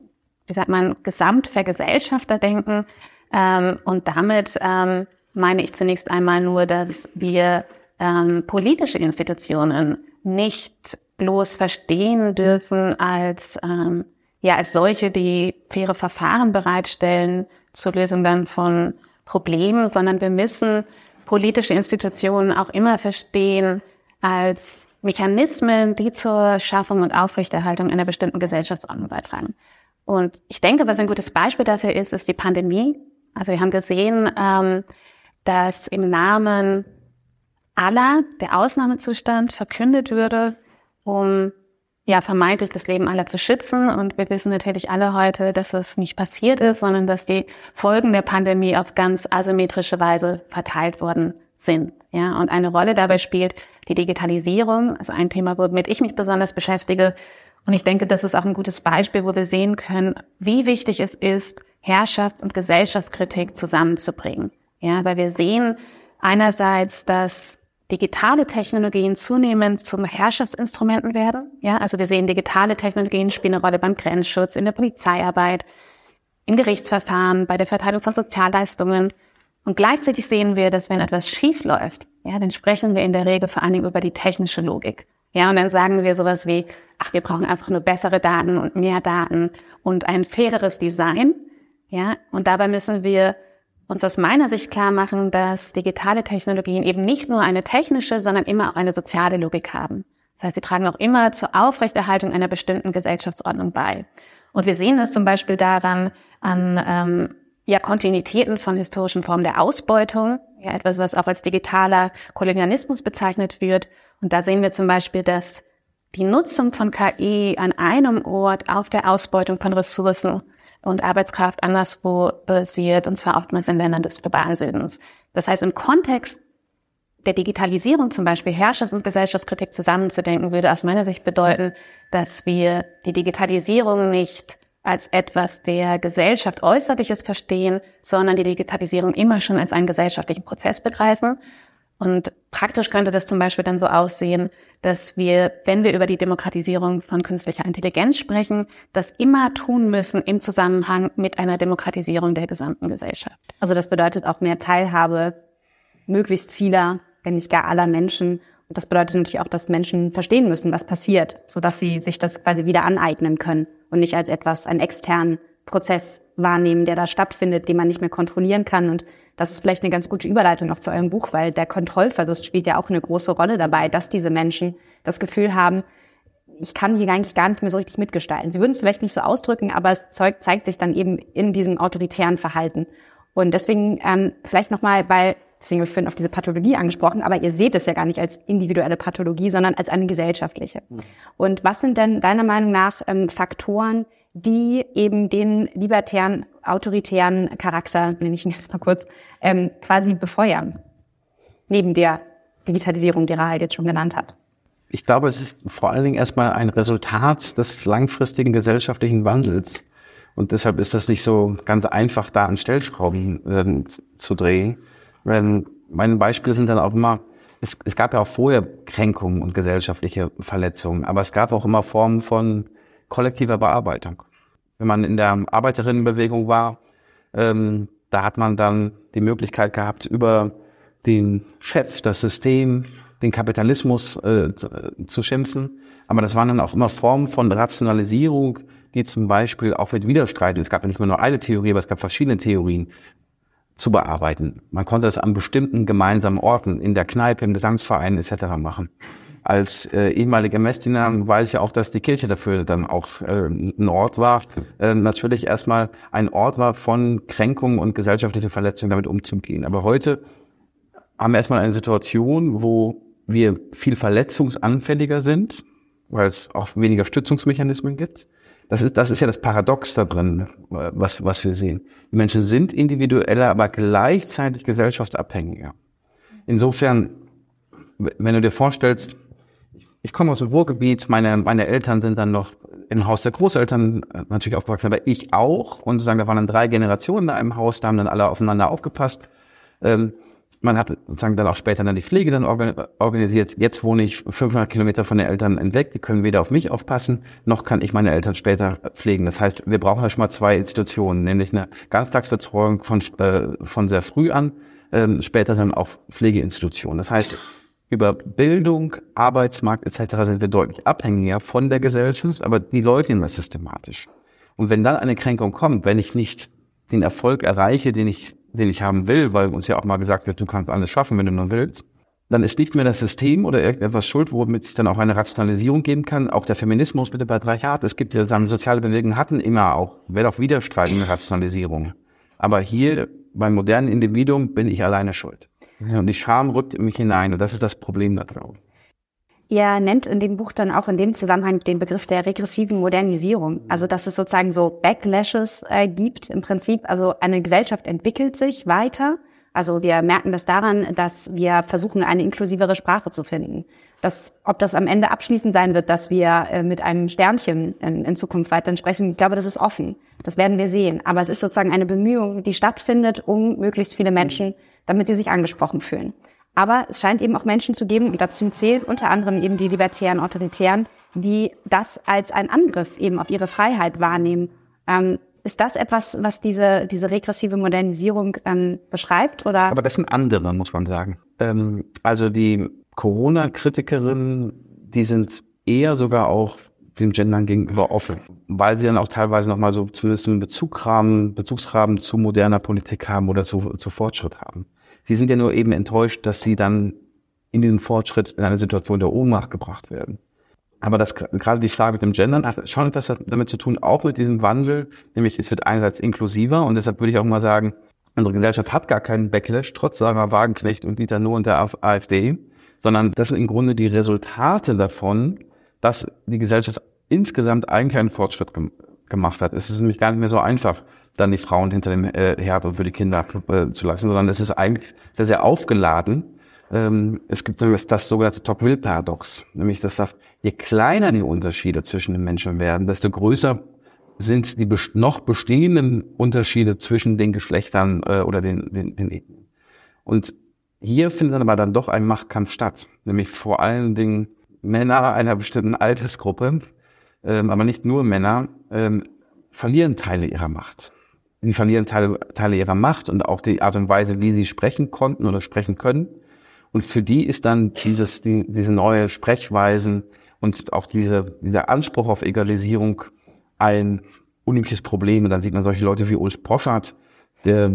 Gesamtvergesellschafter denken. Und damit meine ich zunächst einmal nur, dass wir politische Institutionen nicht bloß verstehen dürfen als solche, die faire Verfahren bereitstellen zur Lösung dann von Problemen, sondern wir müssen politische Institutionen auch immer verstehen als Mechanismen, die zur Schaffung und Aufrechterhaltung einer bestimmten Gesellschaftsordnung beitragen. Und ich denke, was ein gutes Beispiel dafür ist die Pandemie. Also wir haben gesehen, dass im Namen aller der Ausnahmezustand verkündet würde, um vermeintlich das Leben aller zu schützen. Und wir wissen natürlich alle heute, dass das nicht passiert ist, sondern dass die Folgen der Pandemie auf ganz asymmetrische Weise verteilt worden sind. Ja, und eine Rolle dabei spielt die Digitalisierung, also ein Thema, womit ich mich besonders beschäftige. Und ich denke, das ist auch ein gutes Beispiel, wo wir sehen können, wie wichtig es ist, Herrschafts- und Gesellschaftskritik zusammenzubringen. Ja, weil wir sehen einerseits, dass digitale Technologien zunehmend zum Herrschaftsinstrumenten werden. Ja, also wir sehen, digitale Technologien spielen eine Rolle beim Grenzschutz, in der Polizeiarbeit, in Gerichtsverfahren, bei der Verteilung von Sozialleistungen. Und gleichzeitig sehen wir, dass wenn etwas schief läuft, dann sprechen wir in der Regel vor allen Dingen über die technische Logik. Ja, und dann sagen wir sowas wie, wir brauchen einfach nur bessere Daten und mehr Daten und ein faireres Design. Ja, und dabei müssen wir uns aus meiner Sicht klar machen, dass digitale Technologien eben nicht nur eine technische, sondern immer auch eine soziale Logik haben. Das heißt, sie tragen auch immer zur Aufrechterhaltung einer bestimmten Gesellschaftsordnung bei. Und wir sehen das zum Beispiel daran an Kontinuitäten von historischen Formen der Ausbeutung, etwas, was auch als digitaler Kolonialismus bezeichnet wird. Und da sehen wir zum Beispiel, dass die Nutzung von KI an einem Ort auf der Ausbeutung von Ressourcen und Arbeitskraft anderswo basiert, und zwar oftmals in Ländern des globalen Südens. Das heißt, im Kontext der Digitalisierung zum Beispiel Herrschafts- und Gesellschaftskritik zusammenzudenken, würde aus meiner Sicht bedeuten, dass wir die Digitalisierung nicht als etwas der Gesellschaft Äußerliches verstehen, sondern die Digitalisierung immer schon als einen gesellschaftlichen Prozess begreifen. Und praktisch könnte das zum Beispiel dann so aussehen, dass wir, wenn wir über die Demokratisierung von künstlicher Intelligenz sprechen, das immer tun müssen im Zusammenhang mit einer Demokratisierung der gesamten Gesellschaft. Also das bedeutet auch mehr Teilhabe, möglichst vieler, wenn nicht gar aller Menschen. Und das bedeutet natürlich auch, dass Menschen verstehen müssen, was passiert, sodass sie sich das quasi wieder aneignen können und nicht als einen externen Prozess wahrnehmen, der da stattfindet, den man nicht mehr kontrollieren kann. Und das ist vielleicht eine ganz gute Überleitung noch zu eurem Buch, weil der Kontrollverlust spielt ja auch eine große Rolle dabei, dass diese Menschen das Gefühl haben, ich kann hier eigentlich gar nicht mehr so richtig mitgestalten. Sie würden es vielleicht nicht so ausdrücken, aber es zeigt sich dann eben in diesem autoritären Verhalten. Und deswegen vielleicht nochmal, deswegen habe ich vorhin auf diese Pathologie angesprochen, aber ihr seht es ja gar nicht als individuelle Pathologie, sondern als eine gesellschaftliche. Und was sind denn deiner Meinung nach Faktoren, die eben den libertären, autoritären Charakter, nenne ich ihn jetzt mal kurz, quasi befeuern? Neben der Digitalisierung, die Rahel jetzt schon genannt hat. Ich glaube, es ist vor allen Dingen erstmal ein Resultat des langfristigen gesellschaftlichen Wandels. Und deshalb ist das nicht so ganz einfach, da an Stellschrauben zu drehen. Meine Beispiele sind dann auch immer, es gab ja auch vorher Kränkungen und gesellschaftliche Verletzungen, aber es gab auch immer Formen von kollektiver Bearbeitung. Wenn man in der Arbeiterinnenbewegung war, da hat man dann die Möglichkeit gehabt, über den Chef, das System, den Kapitalismus zu schimpfen. Aber das waren dann auch immer Formen von Rationalisierung, die zum Beispiel auch mit Widerstreiten, es gab ja nicht nur eine Theorie, aber es gab verschiedene Theorien, zu bearbeiten. Man konnte das an bestimmten gemeinsamen Orten, in der Kneipe, im Gesangsverein etc. machen. Als ehemaliger Messdiener weiß ich auch, dass die Kirche dafür dann auch ein Ort war, natürlich erstmal ein Ort war von Kränkungen und gesellschaftlicher Verletzung damit umzugehen. Aber heute haben wir erstmal eine Situation, wo wir viel verletzungsanfälliger sind, weil es auch weniger Stützungsmechanismen gibt. Das ist ja das Paradox da drin, was wir sehen. Die Menschen sind individueller, aber gleichzeitig gesellschaftsabhängiger. Insofern, wenn du dir vorstellst, ich komme aus dem Ruhrgebiet, meine Eltern sind dann noch im Haus der Großeltern natürlich aufgewachsen, aber ich auch. Und sozusagen, da waren dann 3 Generationen da im Haus, da haben dann alle aufeinander aufgepasst. Man hat sozusagen dann auch später dann die Pflege dann organisiert. Jetzt wohne ich 500 Kilometer von den Eltern entweg. Die können weder auf mich aufpassen, noch kann ich meine Eltern später pflegen. Das heißt, wir brauchen ja schon mal 2 Institutionen, nämlich eine Ganztagsbetreuung von sehr früh an, später dann auch Pflegeinstitutionen. Das heißt, über Bildung, Arbeitsmarkt etc. sind wir deutlich abhängiger von der Gesellschaft, aber die leugnen das systematisch. Und wenn dann eine Kränkung kommt, wenn ich nicht den Erfolg erreiche, den ich haben will, weil uns ja auch mal gesagt wird, du kannst alles schaffen, wenn du nur willst, dann ist nicht mehr das System oder irgendetwas schuld, womit es dann auch eine Rationalisierung geben kann. Auch der Feminismus mit dem Patriarchat. Es gibt ja, soziale Bewegungen hatten immer auch, wird auch widerstreitende Rationalisierung. Aber hier beim modernen Individuum bin ich alleine schuld. Und die Scham rückt in mich hinein und das ist das Problem da drauf. Ihr nennt in dem Buch dann auch in dem Zusammenhang den Begriff der regressiven Modernisierung. Also dass es sozusagen so Backlashes gibt im Prinzip. Also eine Gesellschaft entwickelt sich weiter. Also wir merken das daran, dass wir versuchen, eine inklusivere Sprache zu finden. Ob das am Ende abschließend sein wird, dass wir mit einem Sternchen in Zukunft weiter sprechen, ich glaube, das ist offen. Das werden wir sehen. Aber es ist sozusagen eine Bemühung, die stattfindet, um möglichst viele Menschen, damit die sich angesprochen fühlen. Aber es scheint eben auch Menschen zu geben, und dazu zählen unter anderem eben die Libertären, Autoritären, die das als einen Angriff eben auf ihre Freiheit wahrnehmen. Ist das etwas, was diese regressive Modernisierung beschreibt? Oder? Aber das sind andere, muss man sagen. Also die Corona-Kritikerinnen, die sind eher sogar auch dem Gendern gegenüber offen, weil sie dann auch teilweise nochmal so zumindest einen Bezugsrahmen zu moderner Politik haben oder zu Fortschritt haben. Sie sind ja nur eben enttäuscht, dass sie dann in diesem Fortschritt in eine Situation der Ohnmacht gebracht werden. Aber gerade die Frage mit dem Gendern hat schon etwas damit zu tun, auch mit diesem Wandel, nämlich es wird einerseits inklusiver und deshalb würde ich auch mal sagen, unsere Gesellschaft hat gar keinen Backlash, trotz Sarah Wagenknecht und Dieter Nuhr und der AfD, sondern das sind im Grunde die Resultate davon, dass die Gesellschaft insgesamt eigentlich einen Fortschritt gemacht hat. Es ist nämlich gar nicht mehr so einfach, dann die Frauen hinter dem Herd und für die Kinder zu lassen, sondern es ist eigentlich sehr, sehr aufgeladen. Es gibt das sogenannte Tocqueville-Paradox, nämlich dass je kleiner die Unterschiede zwischen den Menschen werden, desto größer sind die noch bestehenden Unterschiede zwischen den Geschlechtern oder den Ethnien. Und hier findet aber dann doch ein Machtkampf statt, nämlich vor allen Dingen Männer einer bestimmten Altersgruppe, aber nicht nur Männer, verlieren Teile ihrer Macht. Sie verlieren Teile ihrer Macht und auch die Art und Weise, wie sie sprechen konnten oder sprechen können. Und für die ist dann diese neue Sprechweisen und auch dieser Anspruch auf Egalisierung ein unheimliches Problem. Und dann sieht man solche Leute wie Ulf Poschardt, der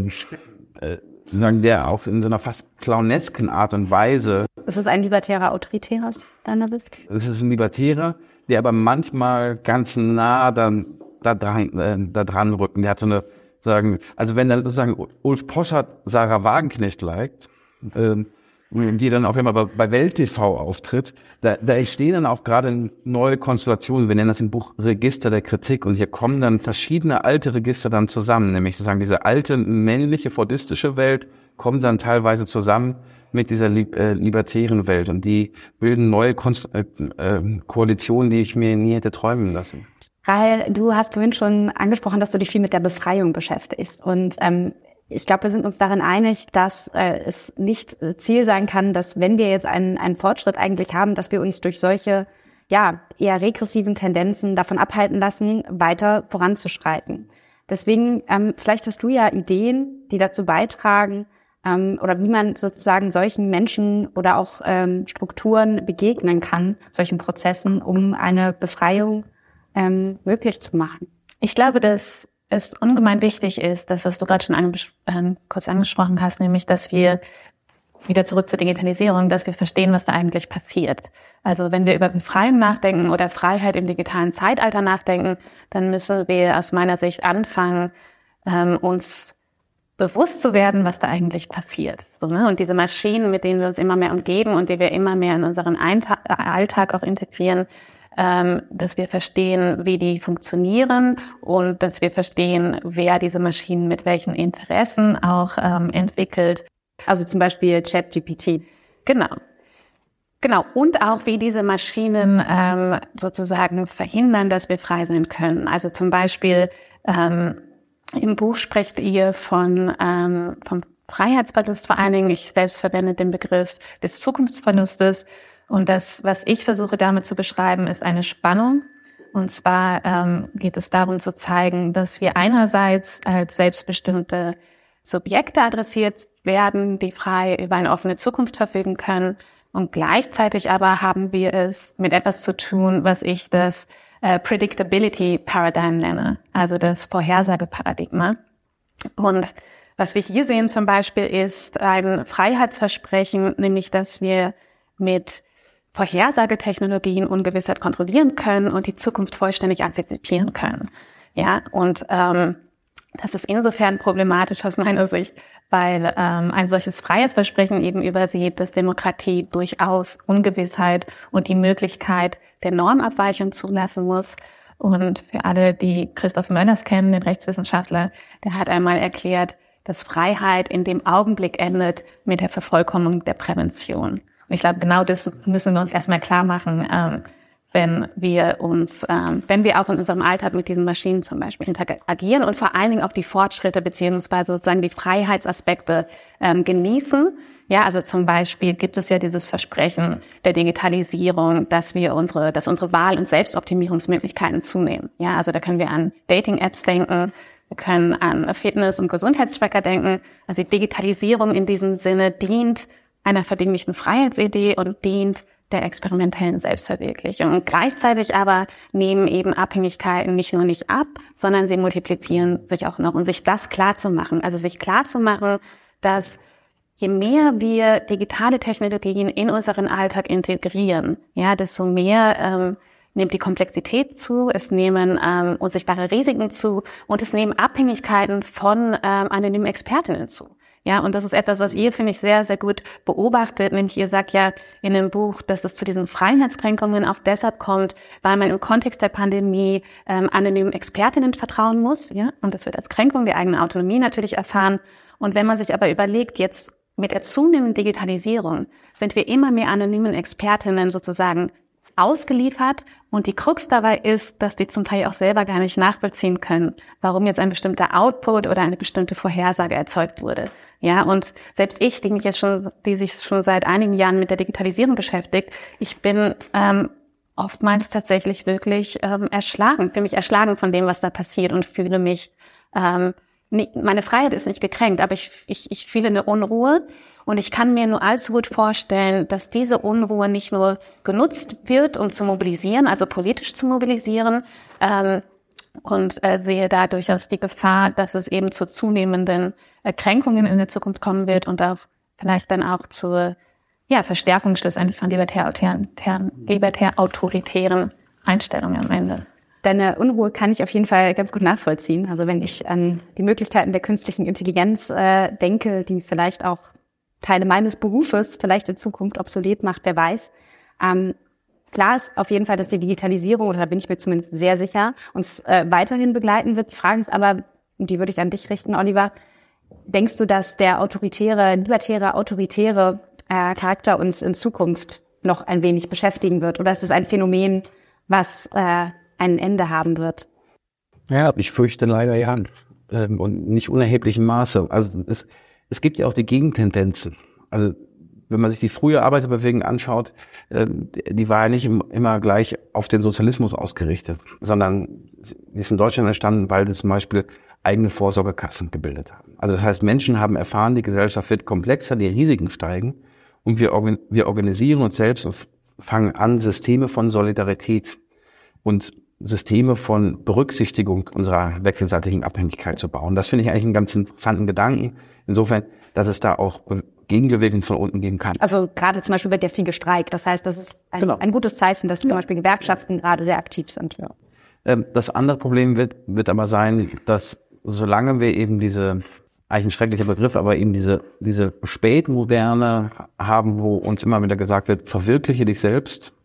auch in so einer fast clownesken Art und Weise. Ist es ein libertärer Autoritärer aus deiner Sicht? Es ist ein Libertärer, der aber manchmal ganz nah da dran rücken. Der hat also wenn dann sozusagen Ulf Poschardt Sarah Wagenknecht liked, die dann auch immer bei Welt TV auftritt, da entstehen dann auch gerade neue Konstellationen. Wir nennen das im Buch Register der Kritik und hier kommen dann verschiedene alte Register dann zusammen, nämlich sozusagen diese alte männliche fordistische Welt kommt dann teilweise zusammen mit dieser libertären Welt und die bilden neue Koalitionen, die ich mir nie hätte träumen lassen. Rahel, du hast vorhin schon angesprochen, dass du dich viel mit der Befreiung beschäftigst und ich glaube, wir sind uns darin einig, dass es nicht Ziel sein kann, dass wenn wir jetzt einen Fortschritt eigentlich haben, dass wir uns durch solche eher regressiven Tendenzen davon abhalten lassen, weiter voranzuschreiten. Deswegen, vielleicht hast du ja Ideen, die dazu beitragen, oder wie man sozusagen solchen Menschen oder auch Strukturen begegnen kann, solchen Prozessen, um eine Befreiung möglich zu machen. Ich glaube, dass es ungemein wichtig ist, das, was du gerade schon kurz angesprochen hast, nämlich, dass wir wieder zurück zur Digitalisierung, dass wir verstehen, was da eigentlich passiert. Also wenn wir über Befreiung nachdenken oder Freiheit im digitalen Zeitalter nachdenken, dann müssen wir aus meiner Sicht anfangen, uns bewusst zu werden, was da eigentlich passiert. So, ne? Und diese Maschinen, mit denen wir uns immer mehr umgeben und die wir immer mehr in unseren Alltag auch integrieren, dass wir verstehen, wie die funktionieren und dass wir verstehen, wer diese Maschinen mit welchen Interessen auch entwickelt. Also zum Beispiel ChatGPT. Genau. Und auch, wie diese Maschinen sozusagen verhindern, dass wir frei sein können. Also zum Beispiel im Buch sprecht ihr vom Freiheitsverlust vor allen Dingen. Ich selbst verwende den Begriff des Zukunftsverlustes. Und das, was ich versuche damit zu beschreiben, ist eine Spannung. Und zwar geht es darum zu zeigen, dass wir einerseits als selbstbestimmte Subjekte adressiert werden, die frei über eine offene Zukunft verfügen können. Und gleichzeitig aber haben wir es mit etwas zu tun, was ich das Predictability Paradigm nenne, also das Vorhersageparadigma. Und was wir hier sehen zum Beispiel ist ein Freiheitsversprechen, nämlich dass wir mit Vorhersagetechnologien Ungewissheit kontrollieren können und die Zukunft vollständig antizipieren können. Ja, und das ist insofern problematisch aus meiner Sicht, weil ein solches Freiheitsversprechen eben übersieht, dass Demokratie durchaus Ungewissheit und die Möglichkeit der Normabweichung zulassen muss. Und für alle, die Christoph Möllers kennen, den Rechtswissenschaftler, der hat einmal erklärt, dass Freiheit in dem Augenblick endet mit der Vervollkommnung der Prävention. Und ich glaube, genau das müssen wir uns erstmal klar machen, wenn wir auch in unserem Alltag mit diesen Maschinen zum Beispiel interagieren und vor allen Dingen auch die Fortschritte beziehungsweise sozusagen die Freiheitsaspekte genießen. Ja, also zum Beispiel gibt es ja dieses Versprechen der Digitalisierung, dass unsere Wahl- und Selbstoptimierungsmöglichkeiten zunehmen. Ja, also da können wir an Dating-Apps denken, wir können an Fitness- und Gesundheitstracker denken. Also die Digitalisierung in diesem Sinne dient einer verdinglichten Freiheitsidee und dient der experimentellen Selbstverwirklichung. Und gleichzeitig aber nehmen eben Abhängigkeiten nicht nur nicht ab, sondern sie multiplizieren sich auch noch. Und sich das klarzumachen, also sich klarzumachen, dass je mehr wir digitale Technologien in unseren Alltag integrieren, ja, desto mehr nimmt die Komplexität zu, es nehmen unsichtbare Risiken zu und es nehmen Abhängigkeiten von anonymen Expertinnen zu. Ja, und das ist etwas, was ihr, finde ich, sehr, sehr gut beobachtet. Nämlich ihr sagt ja in dem Buch, dass es zu diesen Freiheitskränkungen auch deshalb kommt, weil man im Kontext der Pandemie anonymen Expertinnen vertrauen muss. Ja, und das wird als Kränkung der eigenen Autonomie natürlich erfahren. Und wenn man sich aber überlegt, jetzt mit der zunehmenden Digitalisierung sind wir immer mehr anonymen Expertinnen sozusagen ausgeliefert und die Krux dabei ist, dass die zum Teil auch selber gar nicht nachvollziehen können, warum jetzt ein bestimmter Output oder eine bestimmte Vorhersage erzeugt wurde. Ja, und selbst ich, die sich schon seit einigen Jahren mit der Digitalisierung beschäftigt, ich bin oftmals tatsächlich wirklich fühle mich erschlagen von dem, was da passiert und fühle mich meine Freiheit ist nicht gekränkt, aber ich fühle eine Unruhe und ich kann mir nur allzu gut vorstellen, dass diese Unruhe nicht nur genutzt wird, um zu mobilisieren, also politisch zu mobilisieren, und sehe da durchaus die Gefahr, dass es eben zu zunehmenden Kränkungen in der Zukunft kommen wird und auch vielleicht dann auch zur Verstärkung schlussendlich von libertär-autoritären Einstellungen am Ende. Deine Unruhe kann ich auf jeden Fall ganz gut nachvollziehen. Also wenn ich an die Möglichkeiten der künstlichen Intelligenz denke, die vielleicht auch Teile meines Berufes vielleicht in Zukunft obsolet macht, wer weiß. Klar ist auf jeden Fall, dass die Digitalisierung, oder da bin ich mir zumindest sehr sicher, uns weiterhin begleiten wird. Die Frage ist aber, und die würde ich an dich richten, Oliver, denkst du, dass der libertäre, autoritäre Charakter uns in Zukunft noch ein wenig beschäftigen wird? Oder ist es ein Phänomen, was ein Ende haben wird? Ja, ich fürchte leider ja. Und nicht unerheblichem Maße. Also es gibt ja auch die Gegentendenzen. Also wenn man sich die frühe Arbeiterbewegung anschaut, die war ja nicht immer gleich auf den Sozialismus ausgerichtet, sondern sie ist in Deutschland entstanden, weil sie zum Beispiel eigene Vorsorgekassen gebildet haben. Also das heißt, Menschen haben erfahren, die Gesellschaft wird komplexer, die Risiken steigen und wir organisieren uns selbst und fangen an, Systeme von Solidarität und Systeme von Berücksichtigung unserer wechselseitigen Abhängigkeit zu bauen. Das finde ich eigentlich einen ganz interessanten Gedanken. Insofern, dass es da auch Gegenbewegung von unten geben kann. Also gerade zum Beispiel wird ja viel gestreikt. Das heißt, das ist ein gutes Zeichen, dass zum Beispiel Gewerkschaften gerade sehr aktiv sind. Ja. Das andere Problem wird aber sein, dass solange wir eben eigentlich ein schrecklicher Begriff, aber eben diese Spätmoderne haben, wo uns immer wieder gesagt wird, verwirkliche dich selbst,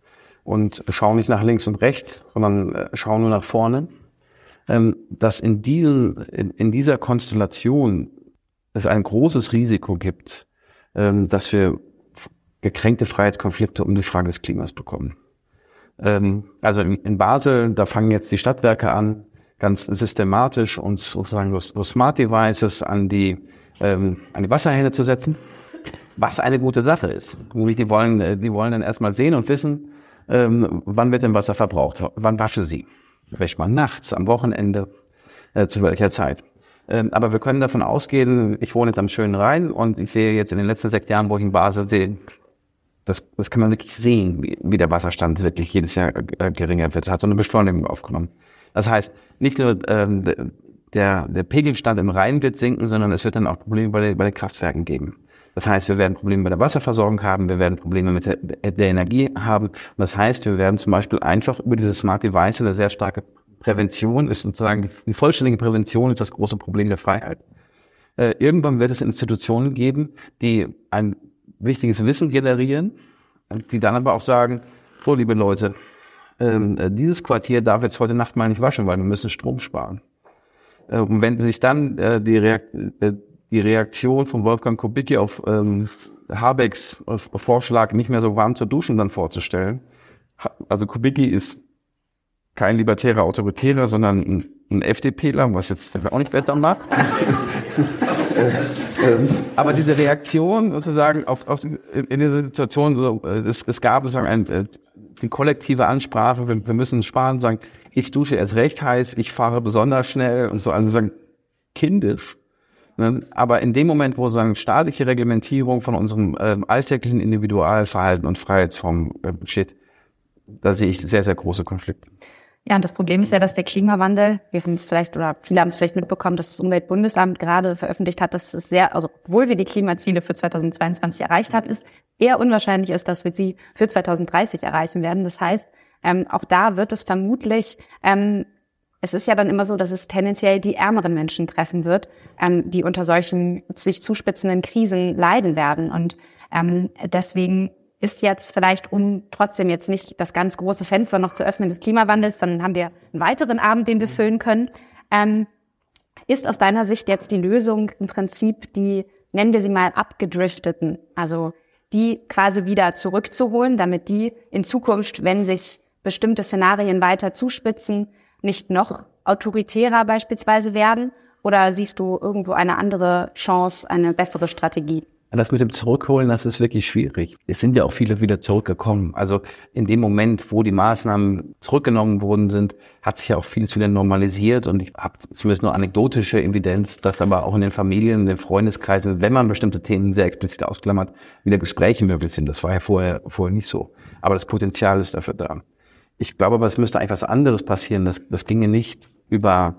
und schauen nicht nach links und rechts, sondern schauen nur nach vorne, dass in dieser Konstellation es ein großes Risiko gibt, dass wir gekränkte Freiheitskonflikte um die Frage des Klimas bekommen. Also in Basel, da fangen jetzt die Stadtwerke an, ganz systematisch uns sozusagen so Smart Devices an die Wasserhähne zu setzen, was eine gute Sache ist. Die wollen dann erstmal sehen und wissen, wann wird denn Wasser verbraucht, wann wasche sie. Wäscht man nachts, am Wochenende, zu welcher Zeit. Aber wir können davon ausgehen, ich wohne jetzt am schönen Rhein und ich sehe jetzt in den letzten 6 Jahren, wo ich in Basel sehe, das kann man wirklich sehen, wie der Wasserstand wirklich jedes Jahr geringer wird. Es hat so eine Beschleunigung aufgenommen. Das heißt, nicht nur der Pegelstand im Rhein wird sinken, sondern es wird dann auch Probleme bei den Kraftwerken geben. Das heißt, wir werden Probleme bei der Wasserversorgung haben, wir werden Probleme mit der Energie haben. Und das heißt, wir werden zum Beispiel einfach über diese Smart Device eine sehr starke Prävention ist sozusagen, die vollständige Prävention ist das große Problem der Freiheit. Irgendwann wird es Institutionen geben, die ein wichtiges Wissen generieren, die dann aber auch sagen, so liebe Leute, dieses Quartier darf jetzt heute Nacht mal nicht waschen, weil wir müssen Strom sparen. Und wenn sich dann die Reaktion von Wolfgang Kubicki auf Habecks Vorschlag, nicht mehr so warm zu duschen, dann vorzustellen, also Kubicki ist kein libertärer Autoritärer, sondern ein FDPler, was jetzt auch nicht besser macht. Aber diese Reaktion sozusagen in dieser Situation, es gab sozusagen die kollektive Ansprache, wir müssen sparen, sagen, ich dusche erst recht heiß, ich fahre besonders schnell und so, also sagen, kindisch. Aber in dem Moment, wo sozusagen staatliche Reglementierung von unserem alltäglichen Individualverhalten und Freiheitsformen besteht, da sehe ich sehr, sehr große Konflikte. Ja, und das Problem ist ja, dass der Klimawandel, wir haben es vielleicht, oder viele haben es vielleicht mitbekommen, dass das Umweltbundesamt gerade veröffentlicht hat, dass es obwohl wir die Klimaziele für 2022 erreicht haben, ist eher unwahrscheinlich ist, dass wir sie für 2030 erreichen werden. Das heißt, auch da wird es vermutlich, es ist ja dann immer so, dass es tendenziell die ärmeren Menschen treffen wird, die unter solchen sich zuspitzenden Krisen leiden werden. Und deswegen ist jetzt vielleicht, um trotzdem jetzt nicht das ganz große Fenster noch zu öffnen des Klimawandels, dann haben wir einen weiteren Abend, den wir füllen können. Ist aus deiner Sicht jetzt die Lösung im Prinzip die, nennen wir sie mal, abgedrifteten, also die quasi wieder zurückzuholen, damit die in Zukunft, wenn sich bestimmte Szenarien weiter zuspitzen, nicht noch autoritärer beispielsweise werden? Oder siehst du irgendwo eine andere Chance, eine bessere Strategie? Das mit dem Zurückholen, das ist wirklich schwierig. Es sind ja auch viele wieder zurückgekommen. Also in dem Moment, wo die Maßnahmen zurückgenommen worden sind, hat sich ja auch vieles wieder normalisiert. Und ich habe zumindest nur anekdotische Evidenz, dass aber auch in den Familien, in den Freundeskreisen, wenn man bestimmte Themen sehr explizit ausklammert, wieder Gespräche möglich sind. Das war ja vorher nicht so. Aber das Potenzial ist dafür da. Ich glaube aber, es müsste eigentlich was anderes passieren. Das ginge nicht über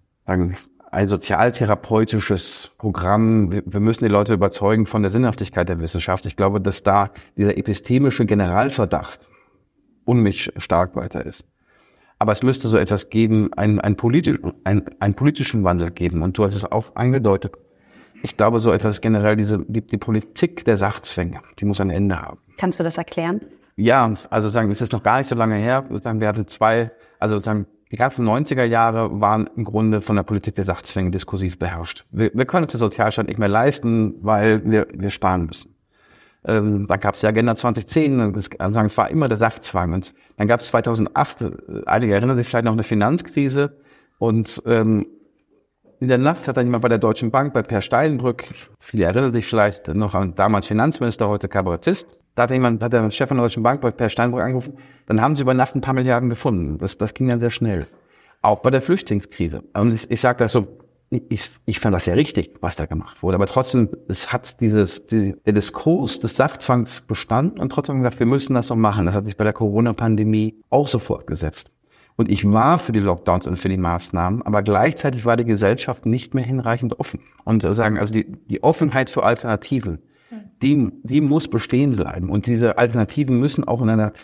ein sozialtherapeutisches Programm. Wir müssen die Leute überzeugen von der Sinnhaftigkeit der Wissenschaft. Ich glaube, dass da dieser epistemische Generalverdacht unheimlich stark weiter ist. Aber es müsste so etwas geben, einen politischen Wandel geben. Und du hast es auch angedeutet. Ich glaube, so etwas generell, die Politik der Sachzwänge, die muss ein Ende haben. Kannst du das erklären? Ja, also sagen, es ist noch gar nicht so lange her. Wir hatten die ganzen 90er Jahre waren im Grunde von der Politik der Sachzwänge diskursiv beherrscht. Wir können uns den Sozialstaat nicht mehr leisten, weil wir sparen müssen. Dann gab es die Agenda 2010, es war immer der Sachzwang. Und dann gab es 2008, einige erinnern sich vielleicht noch, eine Finanzkrise. Und in der Nacht hat dann jemand bei der Deutschen Bank, bei Per Steinbrück, viele erinnern sich vielleicht noch an damals Finanzminister, heute Kabarettist, da hat der Chef von der Deutschen Bank bei Per Steinbrück angerufen, dann haben sie über Nacht ein paar Milliarden gefunden. Das ging dann sehr schnell. Auch bei der Flüchtlingskrise. Und ich sage das so, ich fand das ja richtig, was da gemacht wurde. Aber trotzdem, es hat der Diskurs des Sachzwangs bestanden und trotzdem gesagt, wir müssen das so machen. Das hat sich bei der Corona-Pandemie auch so fortgesetzt. Und ich war für die Lockdowns und für die Maßnahmen, aber gleichzeitig war die Gesellschaft nicht mehr hinreichend offen. Und sagen, also die Offenheit für Alternativen, die muss bestehen bleiben. Und diese Alternativen müssen auch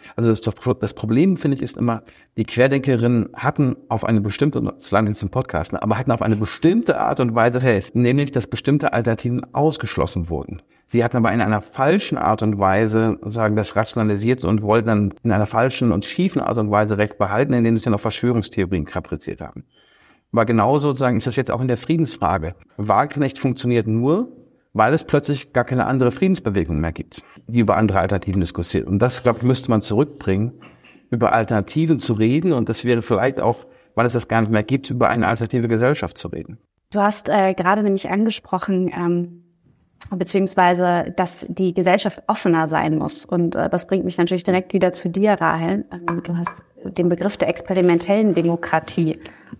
das Problem, finde ich, ist immer, die Querdenkerinnen hatten auf eine bestimmte, das lag jetzt im Podcast, aber hatten auf eine bestimmte Art und Weise recht, nämlich, dass bestimmte Alternativen ausgeschlossen wurden. Sie hatten aber in einer falschen Art und Weise, das rationalisiert und wollten dann in einer falschen und schiefen Art und Weise Recht behalten, indem sie dann auf Verschwörungstheorien kapriziert haben. Aber genauso ist das jetzt auch in der Friedensfrage. Wagenknecht funktioniert nur, weil es plötzlich gar keine andere Friedensbewegung mehr gibt, die über andere Alternativen diskutiert. Und das, glaube ich, müsste man zurückbringen, über Alternativen zu reden. Und das wäre vielleicht auch, weil es das gar nicht mehr gibt, über eine alternative Gesellschaft zu reden. Du hast gerade nämlich angesprochen, beziehungsweise, dass die Gesellschaft offener sein muss. Und das bringt mich natürlich direkt wieder zu dir, Rahel. Du hast den Begriff der experimentellen Demokratie.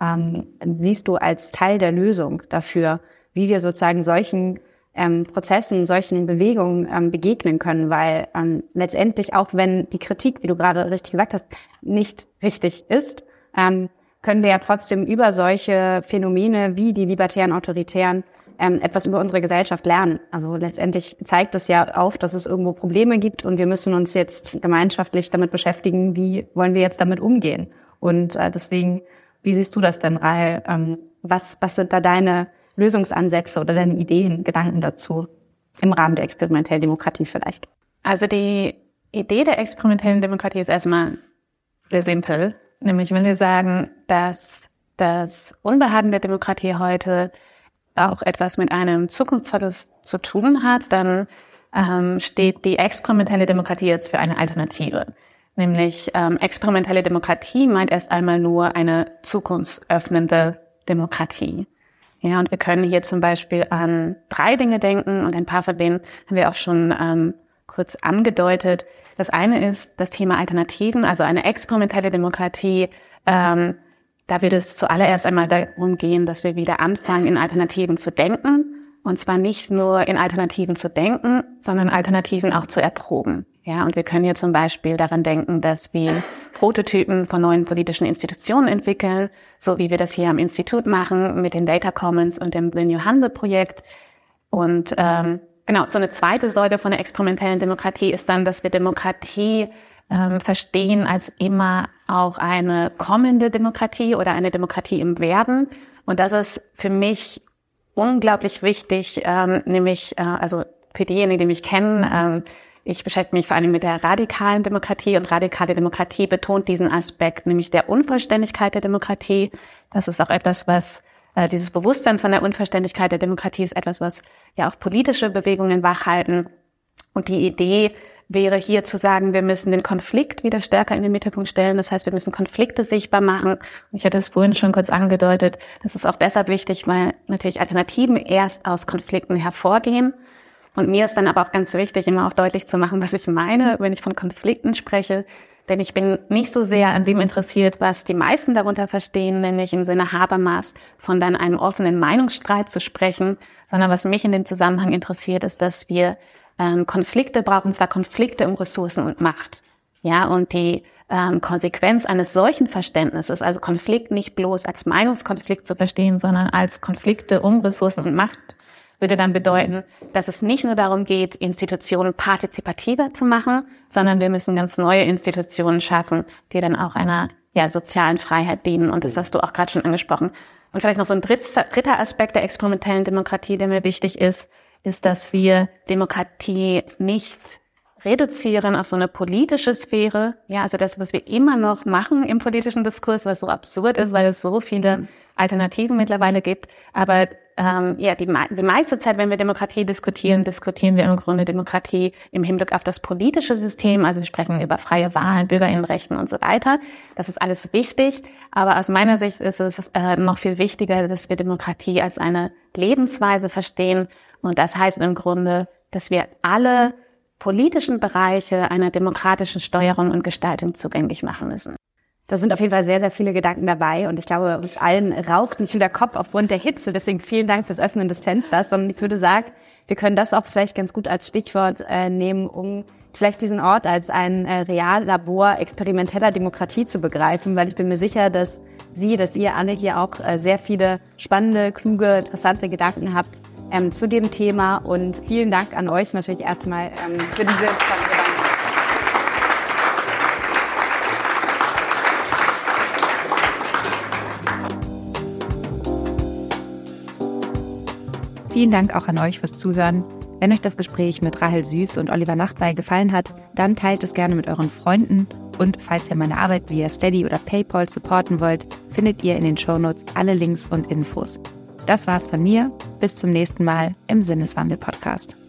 Siehst du als Teil der Lösung dafür, wie wir sozusagen solchen Prozessen, solchen Bewegungen begegnen können, weil letztendlich, auch wenn die Kritik, wie du gerade richtig gesagt hast, nicht richtig ist, können wir ja trotzdem über solche Phänomene wie die libertären, autoritären etwas über unsere Gesellschaft lernen. Also letztendlich zeigt es ja auf, dass es irgendwo Probleme gibt und wir müssen uns jetzt gemeinschaftlich damit beschäftigen, wie wollen wir jetzt damit umgehen. Und deswegen, wie siehst du das denn, Rahel? Was sind da deine Lösungsansätze oder deine Ideen, Gedanken dazu im Rahmen der experimentellen Demokratie vielleicht? Also die Idee der experimentellen Demokratie ist erstmal sehr simpel. Nämlich, wenn wir sagen, dass das Unbehagen der Demokratie heute auch etwas mit einem Zukunftsverlust zu tun hat, dann steht die experimentelle Demokratie jetzt für eine Alternative. Nämlich experimentelle Demokratie meint erst einmal nur eine zukunftsöffnende Demokratie. Ja, und wir können hier zum Beispiel an 3 Dinge denken und ein paar von denen haben wir auch schon kurz angedeutet. Das eine ist das Thema Alternativen, also eine experimentelle Demokratie. Da wird es zuallererst einmal darum gehen, dass wir wieder anfangen, in Alternativen zu denken. Und zwar nicht nur in Alternativen zu denken, sondern Alternativen auch zu erproben. Ja, und wir können hier zum Beispiel daran denken, dass wir Prototypen von neuen politischen Institutionen entwickeln, so wie wir das hier am Institut machen mit den Data Commons und dem The New Handel Projekt. Und so eine zweite Säule von der experimentellen Demokratie ist dann, dass wir Demokratie verstehen als immer auch eine kommende Demokratie oder eine Demokratie im Werden. Und das ist für mich unglaublich wichtig, nämlich also für diejenigen, die mich kennen, ich beschäftige mich vor allem mit der radikalen Demokratie und radikale Demokratie betont diesen Aspekt, nämlich der Unvollständigkeit der Demokratie. Das ist auch etwas, was dieses Bewusstsein von der Unvollständigkeit der Demokratie ist etwas, was ja auch politische Bewegungen wachhalten. Und die Idee wäre hier zu sagen, wir müssen den Konflikt wieder stärker in den Mittelpunkt stellen. Das heißt, wir müssen Konflikte sichtbar machen. Und ich hatte es vorhin schon kurz angedeutet. Das ist auch deshalb wichtig, weil natürlich Alternativen erst aus Konflikten hervorgehen. Und mir ist dann aber auch ganz wichtig, immer auch deutlich zu machen, was ich meine, wenn ich von Konflikten spreche. Denn ich bin nicht so sehr an dem interessiert, was die meisten darunter verstehen, nämlich im Sinne Habermas von dann einem offenen Meinungsstreit zu sprechen, sondern was mich in dem Zusammenhang interessiert, ist, dass wir Konflikte brauchen, zwar Konflikte um Ressourcen und Macht. Ja, und die Konsequenz eines solchen Verständnisses, also Konflikt nicht bloß als Meinungskonflikt zu verstehen, sondern als Konflikte um Ressourcen und Macht, würde dann bedeuten, dass es nicht nur darum geht, Institutionen partizipativer zu machen, sondern wir müssen ganz neue Institutionen schaffen, die dann auch einer sozialen Freiheit dienen. Und das hast du auch gerade schon angesprochen. Und vielleicht noch so ein dritter Aspekt der experimentellen Demokratie, der mir wichtig ist, dass wir Demokratie nicht reduzieren auf so eine politische Sphäre. Ja, also das, was wir immer noch machen im politischen Diskurs, was so absurd ist, weil es so viele Alternativen mittlerweile gibt. Aber die meiste Zeit, wenn wir Demokratie diskutieren wir im Grunde Demokratie im Hinblick auf das politische System. Also wir sprechen über freie Wahlen, Bürgerinnenrechten und so weiter. Das ist alles wichtig. Aber aus meiner Sicht ist es noch viel wichtiger, dass wir Demokratie als eine Lebensweise verstehen. Und das heißt im Grunde, dass wir alle politischen Bereiche einer demokratischen Steuerung und Gestaltung zugänglich machen müssen. Da sind auf jeden Fall sehr, sehr viele Gedanken dabei und ich glaube, uns allen raucht nicht der Kopf aufgrund der Hitze. Deswegen vielen Dank fürs Öffnen des Fensters. Und ich würde sagen, wir können das auch vielleicht ganz gut als Stichwort nehmen, um vielleicht diesen Ort als ein Reallabor experimenteller Demokratie zu begreifen, weil ich bin mir sicher, dass ihr alle hier auch sehr viele spannende, kluge, interessante Gedanken habt, zu dem Thema. Und vielen Dank an euch natürlich erstmal für diese Gedanken. Vielen Dank auch an euch fürs Zuhören. Wenn euch das Gespräch mit Rahel Süß und Oliver Nachtwey gefallen hat, dann teilt es gerne mit euren Freunden. Und falls ihr meine Arbeit via Steady oder PayPal supporten wollt, findet ihr in den Shownotes alle Links und Infos. Das war's von mir. Bis zum nächsten Mal im Sinneswandel-Podcast.